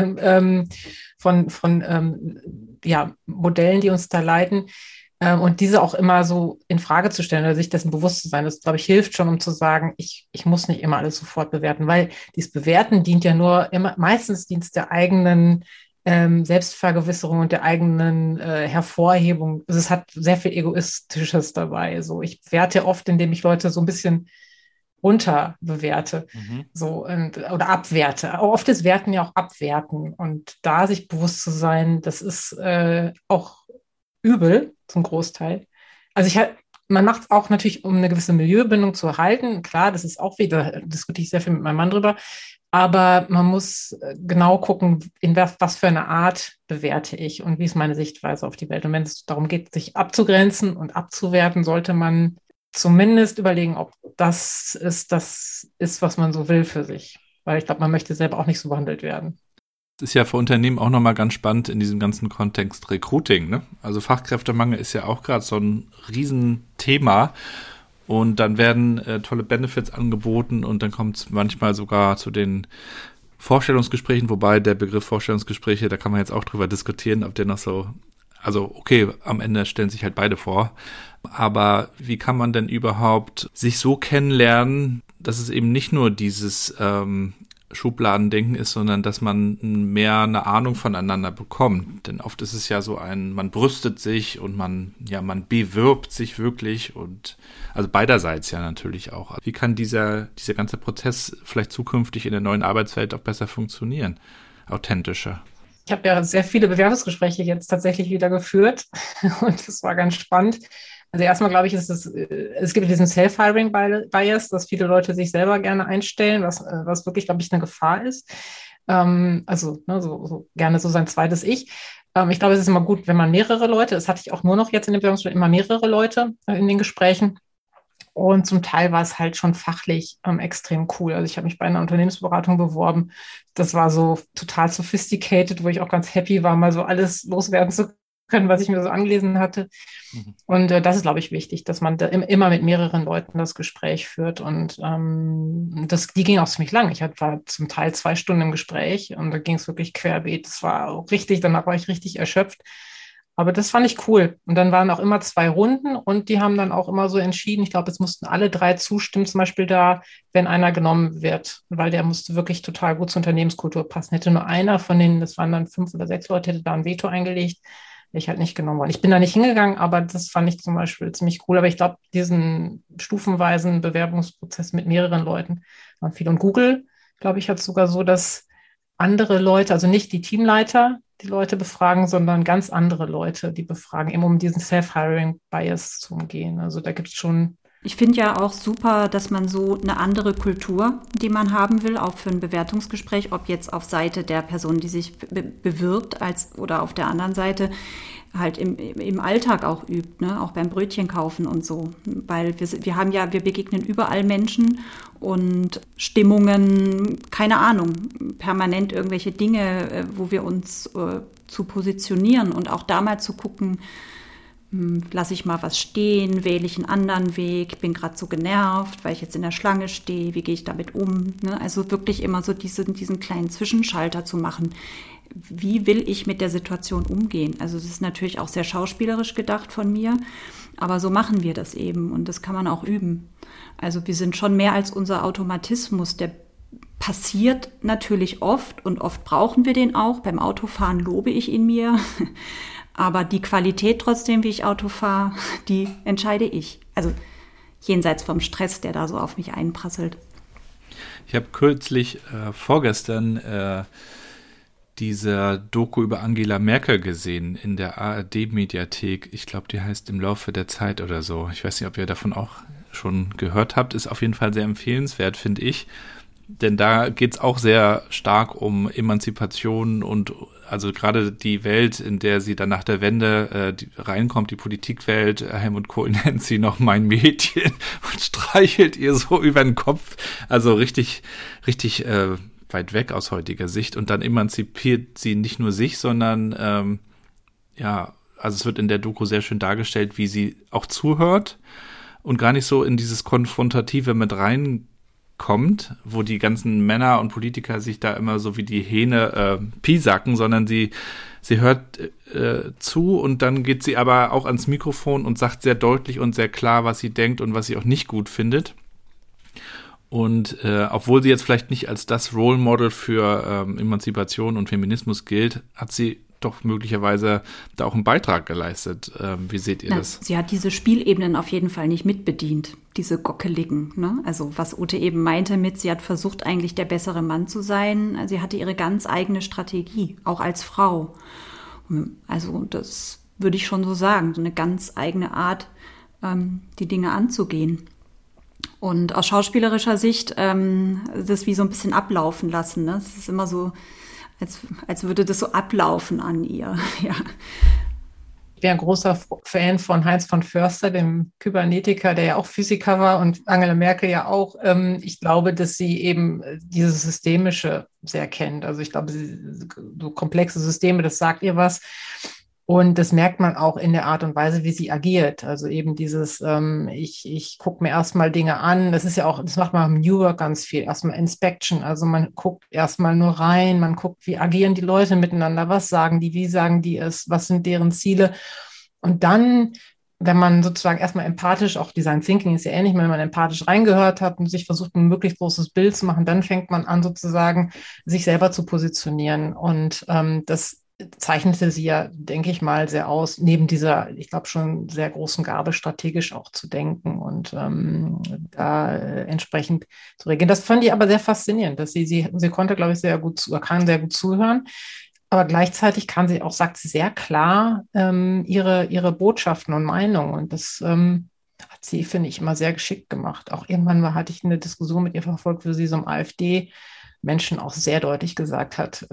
von Modellen, die uns da leiten. Und diese auch immer so in Frage zu stellen oder sich dessen bewusst zu sein, das, glaube ich, hilft schon, um zu sagen, ich muss nicht immer alles sofort bewerten, weil dieses Bewerten dient ja nur immer, meistens dient es der eigenen Selbstvergewisserung und der eigenen Hervorhebung. Also es hat sehr viel Egoistisches dabei. So, ich werte oft, indem ich Leute so ein bisschen runterbewerte, so oder abwerte. Aber oft ist Werten ja auch abwerten. Und da sich bewusst zu sein, das ist auch übel zum Großteil. Also man macht es auch natürlich, um eine gewisse Milieubindung zu erhalten. Klar, das ist auch wieder, da diskutiere ich sehr viel mit meinem Mann drüber. Aber man muss genau gucken, in was für eine Art bewerte ich und wie ist meine Sichtweise auf die Welt. Und wenn es darum geht, sich abzugrenzen und abzuwerten, sollte man zumindest überlegen, ob das ist, was man so will für sich. Weil ich glaube, man möchte selber auch nicht so behandelt werden. Das ist ja für Unternehmen auch nochmal ganz spannend in diesem ganzen Kontext Recruiting, ne? Also Fachkräftemangel ist ja auch gerade so ein Riesenthema. Und dann werden tolle Benefits angeboten und dann kommt es manchmal sogar zu den Vorstellungsgesprächen, wobei der Begriff Vorstellungsgespräche, da kann man jetzt auch drüber diskutieren, ob der noch so, also okay, am Ende stellen sich halt beide vor, aber wie kann man denn überhaupt sich so kennenlernen, dass es eben nicht nur dieses Schubladendenken ist, sondern dass man mehr eine Ahnung voneinander bekommt. Denn oft ist es ja so man brüstet sich und man bewirbt sich wirklich und also beiderseits ja natürlich auch. Wie kann dieser ganze Prozess vielleicht zukünftig in der neuen Arbeitswelt auch besser funktionieren? Authentischer. Ich habe ja sehr viele Bewerbungsgespräche jetzt tatsächlich wieder geführt und das war ganz spannend. Also erstmal glaube ich, es gibt diesen Self-Hiring-Bias, dass viele Leute sich selber gerne einstellen, was wirklich, glaube ich, eine Gefahr ist. So gerne so sein zweites Ich. Ich glaube, es ist immer gut, wenn man mehrere Leute, das hatte ich auch nur noch jetzt in den Bewerbungsgesprächen, immer mehrere Leute in den Gesprächen. Und zum Teil war es halt schon fachlich extrem cool. Also ich habe mich bei einer Unternehmensberatung beworben. Das war so total sophisticated, wo ich auch ganz happy war, mal so alles loswerden zu können, was ich mir so angelesen hatte. Und das ist, glaube ich, wichtig, dass man da immer mit mehreren Leuten das Gespräch führt. Und die ging auch ziemlich lang. Ich war zum Teil 2 Stunden im Gespräch und da ging es wirklich querbeet. Das war auch richtig, danach war ich richtig erschöpft. Aber das fand ich cool. Und dann waren auch immer 2 Runden und die haben dann auch immer so entschieden, ich glaube, es mussten alle 3 zustimmen, zum Beispiel da, wenn einer genommen wird, weil der musste wirklich total gut zur Unternehmenskultur passen. Hätte nur einer von denen, das waren dann 5 oder 6 Leute, hätte da ein Veto eingelegt, wäre ich halt nicht genommen worden. Ich bin da nicht hingegangen, aber das fand ich zum Beispiel ziemlich cool. Aber ich glaube, diesen stufenweisen Bewerbungsprozess mit mehreren Leuten war viel. Und Google, glaube ich, hat sogar so, dass andere Leute, also nicht die Teamleiter, die Leute befragen, sondern ganz andere Leute, die befragen, eben um diesen Self-Hiring-Bias zu umgehen. Also da gibt es schon. Ich finde ja auch super, dass man so eine andere Kultur, die man haben will, auch für ein Bewertungsgespräch, ob jetzt auf Seite der Person, die sich bewirbt, oder auf der anderen Seite halt im Alltag auch übt, ne? Auch beim Brötchen kaufen und so. Weil wir begegnen überall Menschen und Stimmungen, keine Ahnung, permanent irgendwelche Dinge, wo wir uns zu positionieren und auch da mal zu gucken, lasse ich mal was stehen, wähle ich einen anderen Weg, bin gerade so genervt, weil ich jetzt in der Schlange stehe, wie gehe ich damit um? Ne? Also wirklich immer so diesen kleinen Zwischenschalter zu machen. Wie will ich mit der Situation umgehen? Also das ist natürlich auch sehr schauspielerisch gedacht von mir, aber so machen wir das eben und das kann man auch üben. Also wir sind schon mehr als unser Automatismus, der passiert natürlich oft und oft brauchen wir den auch. Beim Autofahren lobe ich ihn mir. Aber die Qualität trotzdem, wie ich Auto fahre, die entscheide ich. Also jenseits vom Stress, der da so auf mich einprasselt. Ich habe kürzlich, vorgestern, diese Doku über Angela Merkel gesehen in der ARD-Mediathek. Ich glaube, die heißt Im Laufe der Zeit oder so. Ich weiß nicht, ob ihr davon auch schon gehört habt. Ist auf jeden Fall sehr empfehlenswert, finde ich. Denn da geht es auch sehr stark um Emanzipation und also gerade die Welt, in der sie dann nach der Wende reinkommt, die Politikwelt. Helmut Kohl nennt sie noch mein Mädchen und streichelt ihr so über den Kopf. Also richtig weit weg aus heutiger Sicht. Und dann emanzipiert sie nicht nur sich, sondern also es wird in der Doku sehr schön dargestellt, wie sie auch zuhört und gar nicht so in dieses Konfrontative mit reinkommt, wo die ganzen Männer und Politiker sich da immer so wie die Hähne piesacken, sondern sie hört zu und dann geht sie aber auch ans Mikrofon und sagt sehr deutlich und sehr klar, was sie denkt und was sie auch nicht gut findet. Und obwohl sie jetzt vielleicht nicht als das Role Model für Emanzipation und Feminismus gilt, hat sie doch möglicherweise da auch einen Beitrag geleistet. Wie seht ihr das? Sie hat diese Spielebenen auf jeden Fall nicht mitbedient, diese gockeligen. Ne? Also was Ute eben meinte sie hat versucht eigentlich der bessere Mann zu sein. Sie hatte ihre ganz eigene Strategie, auch als Frau. Also das würde ich schon so sagen, so eine ganz eigene Art, die Dinge anzugehen. Und aus schauspielerischer Sicht das wie so ein bisschen ablaufen lassen. Ne? Es ist immer so, als würde das so ablaufen an ihr. Ja. Ich bin ein großer Fan von Heinz von Förster, dem Kybernetiker, der ja auch Physiker war und Angela Merkel ja auch. Ich glaube, dass sie eben dieses Systemische sehr kennt. Also ich glaube, so komplexe Systeme, das sagt ihr was. Und das merkt man auch in der Art und Weise, wie sie agiert. Also eben dieses, ich gucke mir erstmal Dinge an. Das ist ja auch, das macht man im New Work ganz viel. Erstmal Inspection. Also man guckt erstmal nur rein. Man guckt, wie agieren die Leute miteinander? Was sagen die? Wie sagen die es? Was sind deren Ziele? Und dann, wenn man sozusagen erstmal empathisch, auch Design Thinking ist ja ähnlich, wenn man empathisch reingehört hat und sich versucht, ein möglichst großes Bild zu machen, dann fängt man an, sozusagen sich selber zu positionieren. Und das zeichnete sie ja, denke ich mal, sehr aus, neben dieser, ich glaube, schon sehr großen Gabe, strategisch auch zu denken und da entsprechend zu reagieren. Das fand ich aber sehr faszinierend, dass sie konnte, glaube ich, kann sehr gut zuhören, aber gleichzeitig sagt sie sehr klar ihre Botschaften und Meinungen und das hat sie, finde ich, immer sehr geschickt gemacht. Auch irgendwann hatte ich eine Diskussion mit ihr verfolgt, wo sie so einem AfD-Menschen auch sehr deutlich gesagt hat,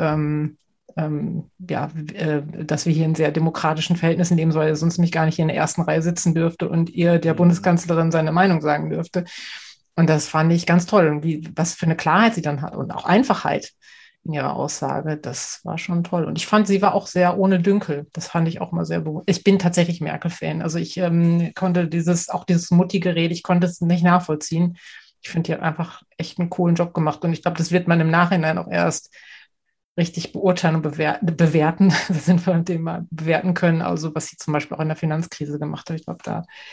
dass wir hier in sehr demokratischen Verhältnissen leben, weil er sonst nämlich gar nicht hier in der ersten Reihe sitzen dürfte und ihr der Bundeskanzlerin seine Meinung sagen dürfte. Und das fand ich ganz toll. Und was für eine Klarheit sie dann hat und auch Einfachheit in ihrer Aussage, das war schon toll. Und ich fand, sie war auch sehr ohne Dünkel. Das fand ich auch mal sehr beruhigend. Ich bin tatsächlich Merkel-Fan. Also ich konnte dieses Mutti-Gerede, ich konnte es nicht nachvollziehen. Ich finde, die hat einfach echt einen coolen Job gemacht. Und ich glaube, das wird man im Nachhinein auch erst richtig beurteilen und bewerten. Das sind wir, dem wir bewerten können, also was sie zum Beispiel auch in der Finanzkrise gemacht hat. Ich glaube,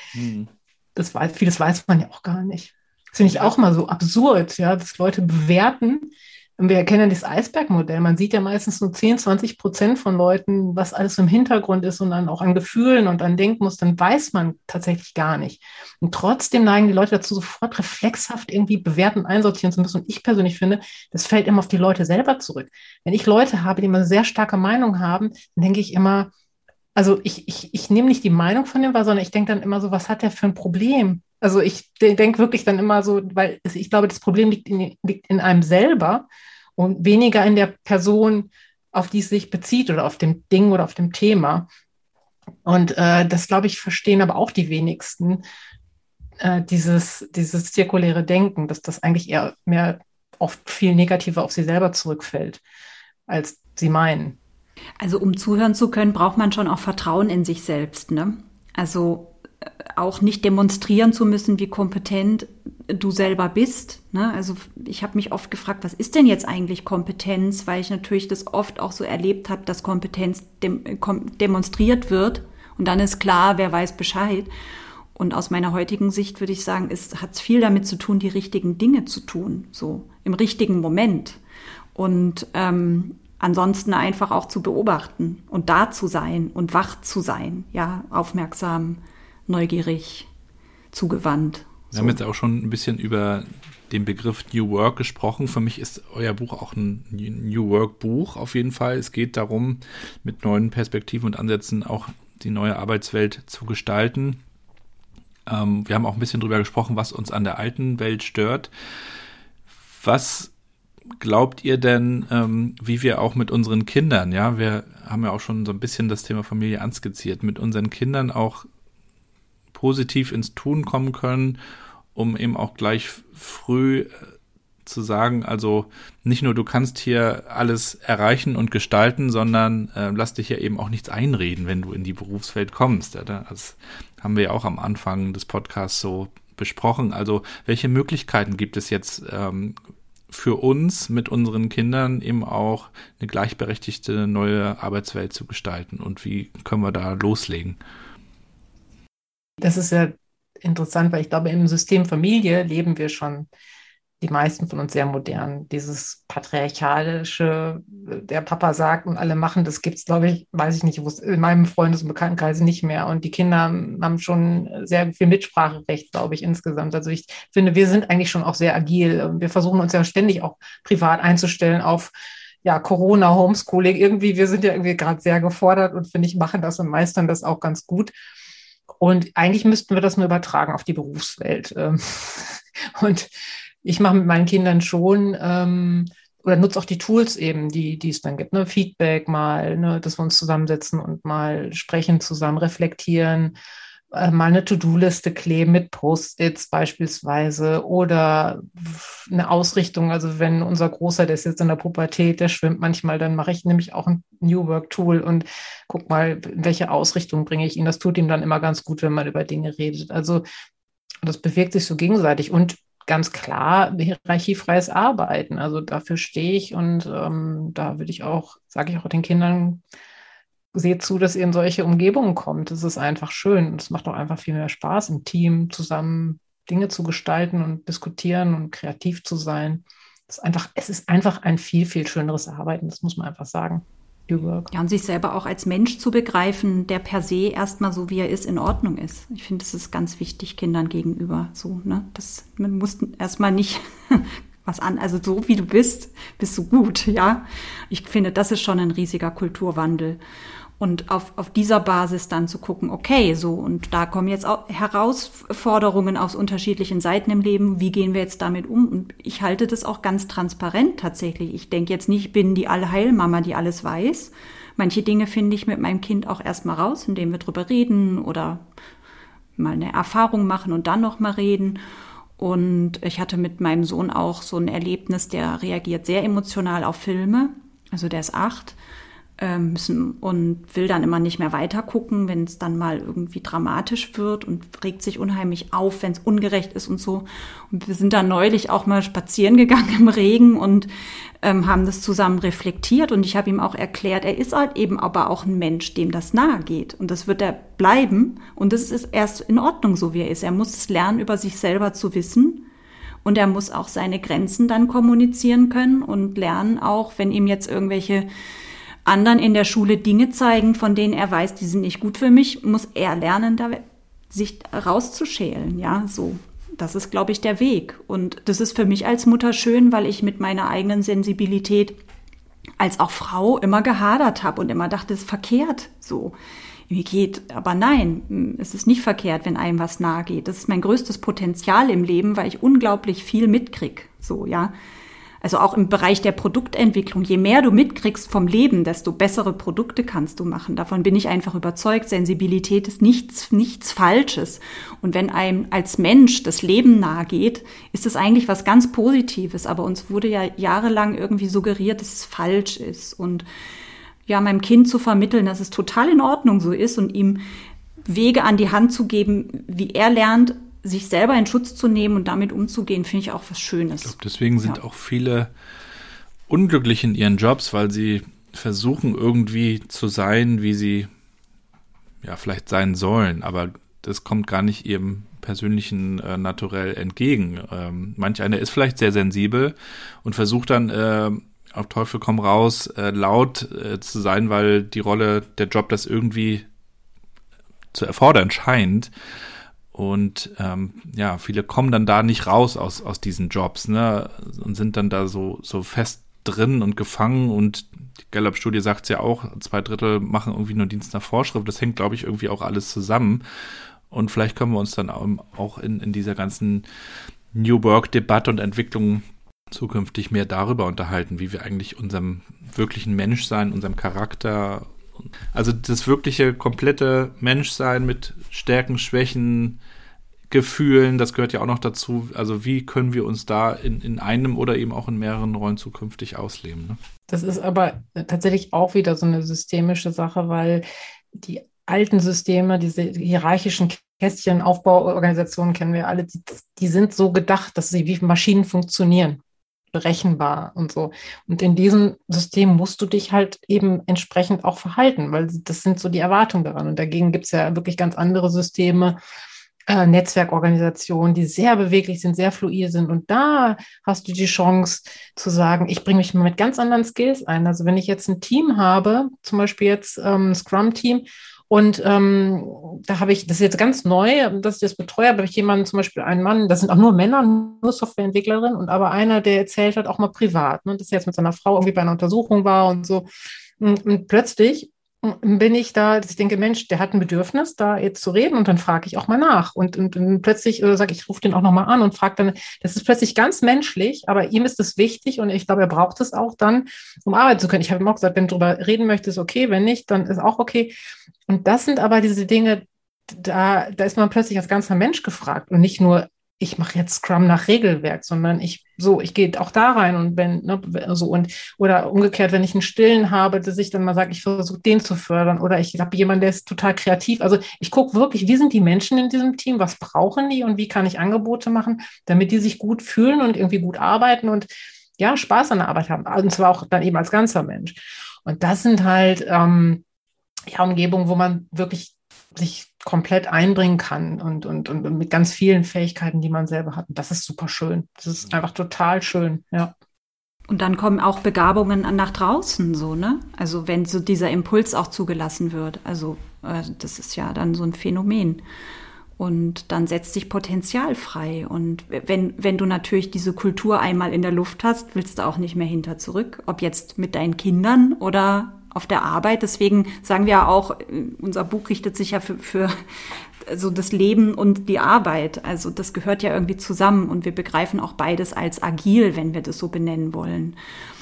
vieles weiß man ja auch gar nicht. Das finde ich auch mal so absurd, ja, dass Leute bewerten. Und wir kennen das Eisbergmodell. Man sieht ja meistens nur 10-20% von Leuten, was alles im Hintergrund ist und dann auch an Gefühlen und an Denkmustern weiß man tatsächlich gar nicht. Und trotzdem neigen die Leute dazu, sofort reflexhaft irgendwie bewerten, einsortieren zu müssen. Und ich persönlich finde, das fällt immer auf die Leute selber zurück. Wenn ich Leute habe, die immer eine sehr starke Meinung haben, dann denke ich immer, also ich nehme nicht die Meinung von dem wahr, sondern ich denke dann immer so, was hat der für ein Problem? Also ich denke wirklich dann immer so, weil ich glaube, das Problem liegt in einem selber und weniger in der Person, auf die es sich bezieht oder auf dem Ding oder auf dem Thema. Und das, glaube ich, verstehen aber auch die wenigsten, dieses zirkuläre Denken, dass das eigentlich eher mehr oft viel negativer auf sie selber zurückfällt, als sie meinen. Also um zuhören zu können, braucht man schon auch Vertrauen in sich selbst, ne? Also auch nicht demonstrieren zu müssen, wie kompetent du selber bist, ne? Also ich habe mich oft gefragt, was ist denn jetzt eigentlich Kompetenz? Weil ich natürlich das oft auch so erlebt habe, dass Kompetenz demonstriert wird und dann ist klar, wer weiß Bescheid. Und aus meiner heutigen Sicht würde ich sagen, hat es viel damit zu tun, die richtigen Dinge zu tun, so im richtigen Moment. Und ansonsten einfach auch zu beobachten und da zu sein und wach zu sein, ja, aufmerksam, neugierig, zugewandt. Wir haben jetzt auch schon ein bisschen über den Begriff New Work gesprochen. Für mich ist euer Buch auch ein New Work Buch auf jeden Fall. Es geht darum, mit neuen Perspektiven und Ansätzen auch die neue Arbeitswelt zu gestalten. Wir haben auch ein bisschen drüber gesprochen, was uns an der alten Welt stört. Was glaubt ihr denn, wie wir auch mit unseren Kindern, ja, wir haben ja auch schon so ein bisschen das Thema Familie anskizziert, mit unseren Kindern auch positiv ins Tun kommen können, um eben auch gleich früh zu sagen, also nicht nur du kannst hier alles erreichen und gestalten, sondern lass dich ja eben auch nichts einreden, wenn du in die Berufswelt kommst. Ja, das haben wir ja auch am Anfang des Podcasts so besprochen. Also welche Möglichkeiten gibt es jetzt für uns mit unseren Kindern eben auch eine gleichberechtigte neue Arbeitswelt zu gestalten und wie können wir da loslegen? Das ist ja interessant, weil ich glaube, im System Familie leben wir schon, die meisten von uns, sehr modern. Dieses patriarchalische, der Papa sagt und alle machen, das gibt es, glaube ich, weiß ich nicht, in meinem Freundes- und Bekanntenkreis nicht mehr. Und die Kinder haben schon sehr viel Mitspracherecht, glaube ich, insgesamt. Also ich finde, wir sind eigentlich schon auch sehr agil. Wir versuchen uns ja ständig auch privat einzustellen auf Corona, Homeschooling. Irgendwie, wir sind ja irgendwie gerade sehr gefordert und finde ich, machen das und meistern das auch ganz gut. Und eigentlich müssten wir das nur übertragen auf die Berufswelt. Und ich mache mit meinen Kindern schon oder nutze auch die Tools eben, die es dann gibt, ne? Feedback mal, ne? Dass wir uns zusammensetzen und mal sprechen, zusammen reflektieren, mal eine To-Do-Liste kleben mit Post-its beispielsweise oder eine Ausrichtung. Also wenn unser Großer, der ist jetzt in der Pubertät, der schwimmt manchmal, dann mache ich nämlich auch ein New Work-Tool und guck mal, in welche Ausrichtung bringe ich ihn. Das tut ihm dann immer ganz gut, wenn man über Dinge redet. Also das bewirkt sich so gegenseitig und ganz klar hierarchiefreies Arbeiten. Also dafür stehe ich und da würde ich auch, sage ich auch den Kindern, seht zu, dass ihr in solche Umgebungen kommt. Das ist einfach schön und es macht auch einfach viel mehr Spaß, im Team zusammen Dinge zu gestalten und diskutieren und kreativ zu sein. Es ist einfach ein viel, viel schöneres Arbeiten, das muss man einfach sagen. New Work. Ja, und sich selber auch als Mensch zu begreifen, der per se erstmal so, wie er ist, in Ordnung ist. Ich finde, das ist ganz wichtig Kindern gegenüber. So, ne? Man muss erstmal nicht also so wie du bist du gut, ja. Ich finde, das ist schon ein riesiger Kulturwandel. Und auf dieser Basis dann zu gucken, okay, so, und da kommen jetzt auch Herausforderungen aus unterschiedlichen Seiten im Leben. Wie gehen wir jetzt damit um? Und ich halte das auch ganz transparent tatsächlich. Ich denke jetzt nicht, ich bin die Allheilmama, die alles weiß. Manche Dinge finde ich mit meinem Kind auch erstmal raus, indem wir drüber reden oder mal eine Erfahrung machen und dann noch mal reden. Und ich hatte mit meinem Sohn auch so ein Erlebnis, der reagiert sehr emotional auf Filme. Also der ist 8. müssen und will dann immer nicht mehr weiter gucken, wenn es dann mal irgendwie dramatisch wird und regt sich unheimlich auf, wenn es ungerecht ist und so. Und wir sind dann neulich auch mal spazieren gegangen im Regen und haben das zusammen reflektiert und ich habe ihm auch erklärt, er ist halt eben aber auch ein Mensch, dem das nahe geht und das wird er bleiben und das ist erst in Ordnung, so wie er ist. Er muss es lernen, über sich selber zu wissen und er muss auch seine Grenzen dann kommunizieren können und lernen auch, wenn ihm jetzt irgendwelche anderen in der Schule Dinge zeigen, von denen er weiß, die sind nicht gut für mich, muss er lernen, da sich rauszuschälen, ja, so. Das ist, glaube ich, der Weg. Und das ist für mich als Mutter schön, weil ich mit meiner eigenen Sensibilität als auch Frau immer gehadert habe und immer dachte, es ist verkehrt, so. Mir geht, aber nein, es ist nicht verkehrt, wenn einem was nahe geht. Das ist mein größtes Potenzial im Leben, weil ich unglaublich viel mitkrieg, so, ja. Also auch im Bereich der Produktentwicklung. Je mehr du mitkriegst vom Leben, desto bessere Produkte kannst du machen. Davon bin ich einfach überzeugt. Sensibilität ist nichts Falsches. Und wenn einem als Mensch das Leben nahe geht, ist es eigentlich was ganz Positives. Aber uns wurde ja jahrelang irgendwie suggeriert, dass es falsch ist. Und ja, meinem Kind zu vermitteln, dass es total in Ordnung so ist und ihm Wege an die Hand zu geben, wie er lernt, sich selber in Schutz zu nehmen und damit umzugehen, finde ich auch was Schönes. Ich glaube, deswegen sind auch viele unglücklich in ihren Jobs, weil sie versuchen irgendwie zu sein, wie sie ja vielleicht sein sollen, aber das kommt gar nicht ihrem persönlichen Naturell entgegen. Manch einer ist vielleicht sehr sensibel und versucht dann auf Teufel komm raus laut zu sein, weil die Rolle, der Job das irgendwie zu erfordern scheint. Und ja, viele kommen dann da nicht raus aus diesen Jobs, ne, und sind dann da so fest drin und gefangen. Und die Gallup-Studie sagt es ja auch, 2/3 machen irgendwie nur Dienst nach Vorschrift. Das hängt, glaube ich, irgendwie auch alles zusammen. Und vielleicht können wir uns dann auch in dieser ganzen New Work-Debatte und Entwicklung zukünftig mehr darüber unterhalten, wie wir eigentlich unserem wirklichen Menschsein, unserem Charakter, also das wirkliche, komplette Menschsein mit Stärken, Schwächen, Gefühlen, das gehört ja auch noch dazu. Also wie können wir uns da in einem oder eben auch in mehreren Rollen zukünftig ausleben? Ne? Das ist aber tatsächlich auch wieder so eine systemische Sache, weil die alten Systeme, diese hierarchischen Kästchen, Aufbauorganisationen kennen wir alle, die sind so gedacht, dass sie wie Maschinen funktionieren. Berechenbar und so. Und in diesem System musst du dich halt eben entsprechend auch verhalten, weil das sind so die Erwartungen daran. Und dagegen gibt es ja wirklich ganz andere Systeme, Netzwerkorganisationen, die sehr beweglich sind, sehr fluid sind. Und da hast du die Chance zu sagen, ich bringe mich mal mit ganz anderen Skills ein. Also wenn ich jetzt ein Team habe, zum Beispiel jetzt Scrum-Team, und da habe ich, das ist jetzt ganz neu, dass ich das betreue, aber habe ich jemanden, zum Beispiel einen Mann, das sind auch nur Männer, nur Softwareentwicklerin, und aber einer, der erzählt hat, auch mal privat, ne, dass er jetzt mit seiner Frau irgendwie bei einer Untersuchung war und so. Und plötzlich bin ich da, dass ich denke, Mensch, der hat ein Bedürfnis, da jetzt zu reden, und dann frage ich auch mal nach. Und plötzlich sage ich, rufe den auch nochmal an und frage dann, das ist plötzlich ganz menschlich, aber ihm ist es wichtig und ich glaube, er braucht es auch dann, um arbeiten zu können. Ich habe ihm auch gesagt, wenn du darüber reden möchtest, okay, wenn nicht, dann ist auch okay. Und das sind aber diese Dinge, da ist man plötzlich als ganzer Mensch gefragt und nicht nur, ich mache jetzt Scrum nach Regelwerk, sondern ich gehe auch da rein und wenn, ne, so, und oder umgekehrt, wenn ich einen Stillen habe, dass ich dann mal sage, ich versuche den zu fördern, oder ich habe jemanden, der ist total kreativ. Also ich gucke wirklich, wie sind die Menschen in diesem Team, was brauchen die und wie kann ich Angebote machen, damit die sich gut fühlen und irgendwie gut arbeiten und ja, Spaß an der Arbeit haben. Und zwar auch dann eben als ganzer Mensch. Und das sind halt Umgebungen, wo man wirklich sich komplett einbringen kann und mit ganz vielen Fähigkeiten, die man selber hat. Und das ist super schön. Das ist einfach total schön, ja. Und dann kommen auch Begabungen nach draußen, so, ne? Also wenn so dieser Impuls auch zugelassen wird. Also das ist ja dann so ein Phänomen. Und dann setzt sich Potenzial frei. Und wenn du natürlich diese Kultur einmal in der Luft hast, willst du auch nicht mehr hinter zurück. Ob jetzt mit deinen Kindern oder auf der Arbeit. Deswegen sagen wir auch, unser Buch richtet sich ja für so das Leben und die Arbeit. Also das gehört ja irgendwie zusammen und wir begreifen auch beides als agil, wenn wir das so benennen wollen.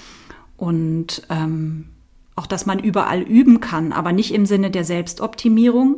Und auch, dass man überall üben kann, aber nicht im Sinne der Selbstoptimierung,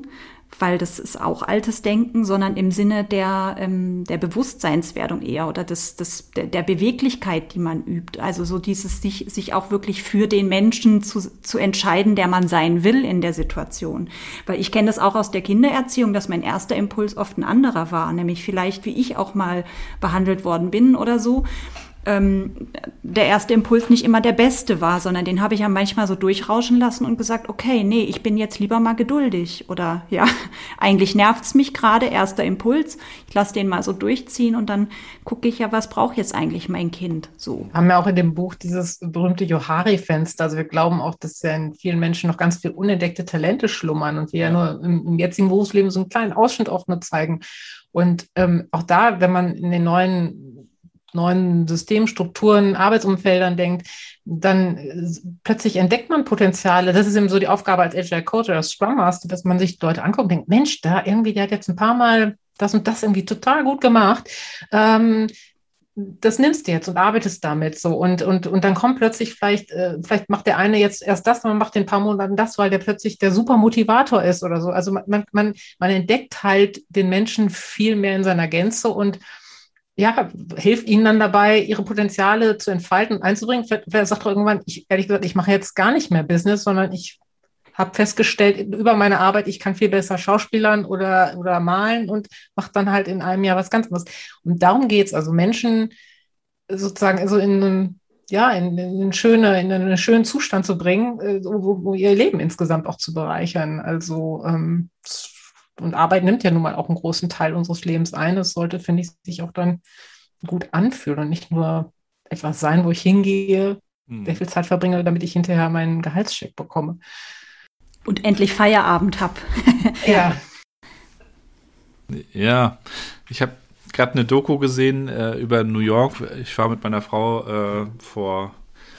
weil das ist auch altes Denken, sondern im Sinne der Bewusstseinswerdung eher oder der Beweglichkeit, die man übt. Also so dieses sich auch wirklich für den Menschen zu entscheiden, der man sein will in der Situation. Weil ich kenne das auch aus der Kindererziehung, dass mein erster Impuls oft ein anderer war, nämlich vielleicht, wie ich auch mal behandelt worden bin oder so. Der erste Impuls nicht immer der beste war, sondern den habe ich ja manchmal so durchrauschen lassen und gesagt, okay, nee, ich bin jetzt lieber mal geduldig oder ja, eigentlich nervt's mich gerade, erster Impuls, ich lasse den mal so durchziehen und dann gucke ich ja, was braucht jetzt eigentlich mein Kind so. Haben wir auch in dem Buch dieses berühmte Johari-Fenster, also wir glauben auch, dass ja in vielen Menschen noch ganz viel unentdeckte Talente schlummern und wir ja nur im jetzigen Berufsleben so einen kleinen Ausschnitt oft nur zeigen und auch da, wenn man in den neuen Systemstrukturen, Arbeitsumfeldern denkt, dann plötzlich entdeckt man Potenziale. Das ist eben so die Aufgabe als Agile Coach oder als Scrum Master, dass man sich Leute anguckt und denkt, Mensch, der hat jetzt ein paar Mal das und das irgendwie total gut gemacht. Das nimmst du jetzt und arbeitest damit so und dann kommt plötzlich vielleicht macht der eine jetzt erst das, man macht in ein paar Monaten das, weil der plötzlich der super Motivator ist oder so. Also man entdeckt halt den Menschen viel mehr in seiner Gänze und ja, hilft ihnen dann dabei, ihre Potenziale zu entfalten und einzubringen. Vielleicht sagt er irgendwann, ehrlich gesagt, ich mache jetzt gar nicht mehr Business, sondern ich habe festgestellt, über meine Arbeit, ich kann viel besser schauspielern oder malen und mache dann halt in einem Jahr was ganz anderes. Und darum geht's, also Menschen sozusagen so in einen schönen Zustand zu bringen, wo ihr Leben insgesamt auch zu bereichern. Also und Arbeit nimmt ja nun mal auch einen großen Teil unseres Lebens ein. Es sollte, finde ich, sich auch dann gut anfühlen und nicht nur etwas sein, wo ich hingehe, sehr viel Zeit verbringe, damit ich hinterher meinen Gehaltscheck bekomme. Und endlich Feierabend habe. Ja. Ja, ich habe gerade eine Doku gesehen über New York. Ich war mit meiner Frau vor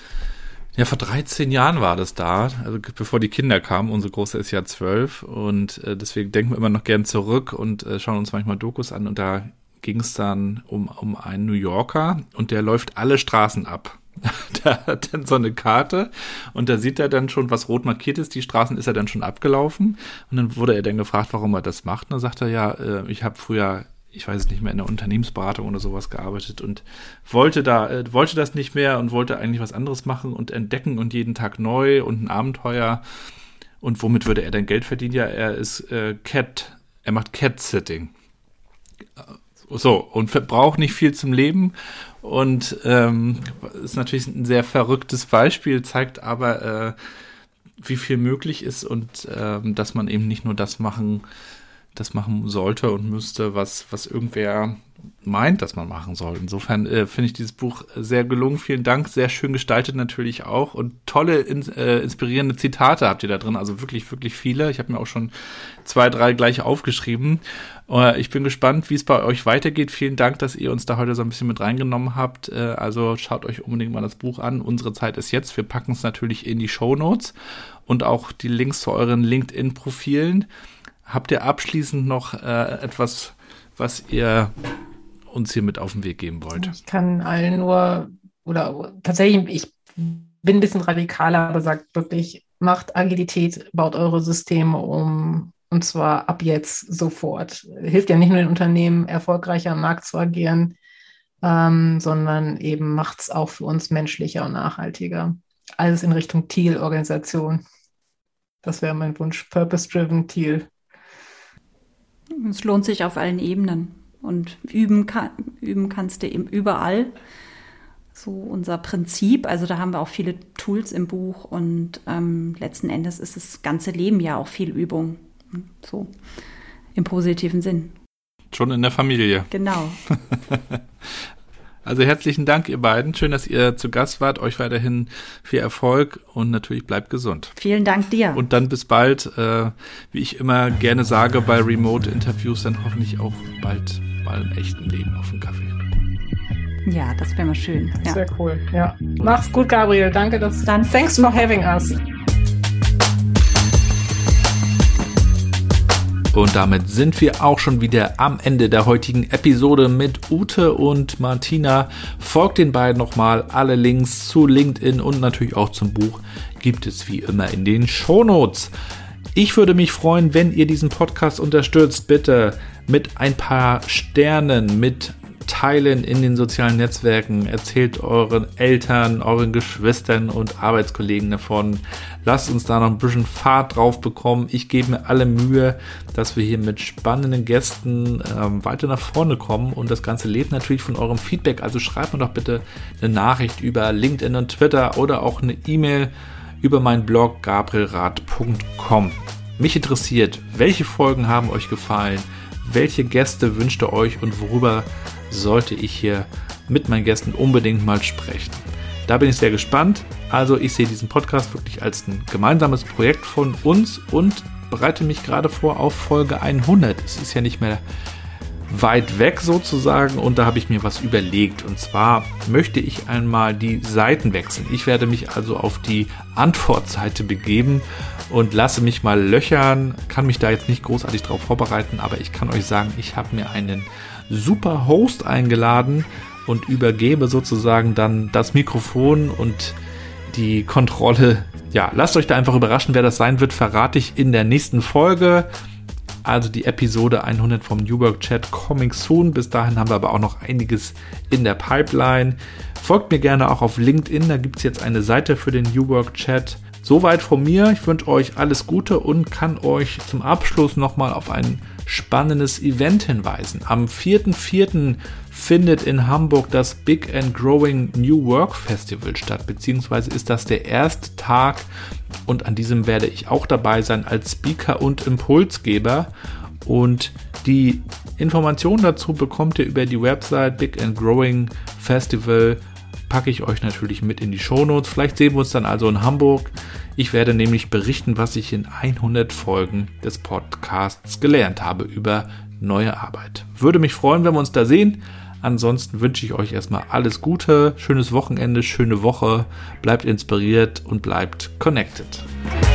13 Jahren war das da, also bevor die Kinder kamen. Unsere Große ist ja 12 und deswegen denken wir immer noch gern zurück und schauen uns manchmal Dokus an und da ging es dann um einen New Yorker und der läuft alle Straßen ab. Der hat dann so eine Karte und da sieht er dann schon, was rot markiert ist. Die Straßen ist er dann schon abgelaufen und dann wurde er dann gefragt, warum er das macht. Und dann sagt er, ja, ich habe früher, ich weiß es nicht mehr, in der Unternehmensberatung oder sowas gearbeitet und wollte das nicht mehr und wollte eigentlich was anderes machen und entdecken und jeden Tag neu und ein Abenteuer. Und womit würde er denn Geld verdienen? Ja, er macht Cat-Sitting. So, und braucht nicht viel zum Leben und ist natürlich ein sehr verrücktes Beispiel, zeigt aber, wie viel möglich ist und dass man eben nicht nur das machen sollte und müsste, was irgendwer meint, dass man machen soll. Insofern finde ich dieses Buch sehr gelungen. Vielen Dank, sehr schön gestaltet natürlich auch und tolle, inspirierende Zitate habt ihr da drin, also wirklich, wirklich viele. Ich habe mir auch schon 2, 3 gleich aufgeschrieben. Ich bin gespannt, wie es bei euch weitergeht. Vielen Dank, dass ihr uns da heute so ein bisschen mit reingenommen habt. Also schaut euch unbedingt mal das Buch an. Unsere Zeit ist jetzt. Wir packen es natürlich in die Shownotes und auch die Links zu euren LinkedIn-Profilen. Habt ihr abschließend noch etwas, was ihr uns hier mit auf den Weg geben wollt? Ich kann allen nur, oder tatsächlich, ich bin ein bisschen radikaler, aber sagt wirklich, macht Agilität, baut eure Systeme um, und zwar ab jetzt sofort. Hilft ja nicht nur den Unternehmen, erfolgreicher am Markt zu agieren, sondern eben macht es auch für uns menschlicher und nachhaltiger. Alles in Richtung Thiel-Organisation. Das wäre mein Wunsch. Purpose-driven Thiel. Es lohnt sich auf allen Ebenen und üben kannst du eben überall. So unser Prinzip, also da haben wir auch viele Tools im Buch und letzten Endes ist das ganze Leben ja auch viel Übung, so im positiven Sinn. Schon in der Familie. Genau. Also herzlichen Dank, ihr beiden. Schön, dass ihr zu Gast wart. Euch weiterhin viel Erfolg und natürlich bleibt gesund. Vielen Dank dir. Und dann bis bald, wie ich immer gerne sage bei Remote-Interviews, dann hoffentlich auch bald mal im echten Leben auf dem Kaffee. Ja, das wäre mal schön. Ja. Sehr cool. Ja. Mach's gut, Gabriel. Danke, thanks for having us. Und damit sind wir auch schon wieder am Ende der heutigen Episode mit Ute und Martina. Folgt den beiden nochmal. Alle Links zu LinkedIn und natürlich auch zum Buch gibt es wie immer in den Shownotes. Ich würde mich freuen, wenn ihr diesen Podcast unterstützt. Bitte mit ein paar Sternen, mit Teilen in den sozialen Netzwerken. Erzählt euren Eltern, euren Geschwistern und Arbeitskollegen davon. Lasst uns da noch ein bisschen Fahrt drauf bekommen. Ich gebe mir alle Mühe, dass wir hier mit spannenden Gästen weiter nach vorne kommen. Und das Ganze lebt natürlich von eurem Feedback. Also schreibt mir doch bitte eine Nachricht über LinkedIn und Twitter oder auch eine E-Mail über meinen Blog gabrielrath.com. Mich interessiert, welche Folgen haben euch gefallen? Welche Gäste wünscht ihr euch und worüber sollte ich hier mit meinen Gästen unbedingt mal sprechen? Da bin ich sehr gespannt. Also ich sehe diesen Podcast wirklich als ein gemeinsames Projekt von uns und bereite mich gerade vor auf Folge 100. Es ist ja nicht mehr weit weg sozusagen und da habe ich mir was überlegt. Und zwar möchte ich einmal die Seiten wechseln. Ich werde mich also auf die Antwortseite begeben und lasse mich mal löchern. Kann mich da jetzt nicht großartig drauf vorbereiten, aber ich kann euch sagen, ich habe mir einen super Host eingeladen und übergebe sozusagen dann das Mikrofon und die Kontrolle. Ja, lasst euch da einfach überraschen, wer das sein wird, verrate ich in der nächsten Folge. Also die Episode 100 vom New Work Chat coming soon. Bis dahin haben wir aber auch noch einiges in der Pipeline. Folgt mir gerne auch auf LinkedIn, da gibt es jetzt eine Seite für den New Work Chat. Soweit von mir. Ich wünsche euch alles Gute und kann euch zum Abschluss nochmal auf ein spannendes Event hinweisen. Am 4.4. findet in Hamburg das Big and Growing New Work Festival statt, beziehungsweise ist das der erste Tag und an diesem werde ich auch dabei sein als Speaker und Impulsgeber und die Informationen dazu bekommt ihr über die Website Big and Growing Festival. Packe ich euch natürlich mit in die Shownotes. Vielleicht sehen wir uns dann also in Hamburg. Ich werde nämlich berichten, was ich in 100 Folgen des Podcasts gelernt habe über neue Arbeit. Würde mich freuen, wenn wir uns da sehen. Ansonsten wünsche ich euch erstmal alles Gute, schönes Wochenende, schöne Woche. Bleibt inspiriert und bleibt connected.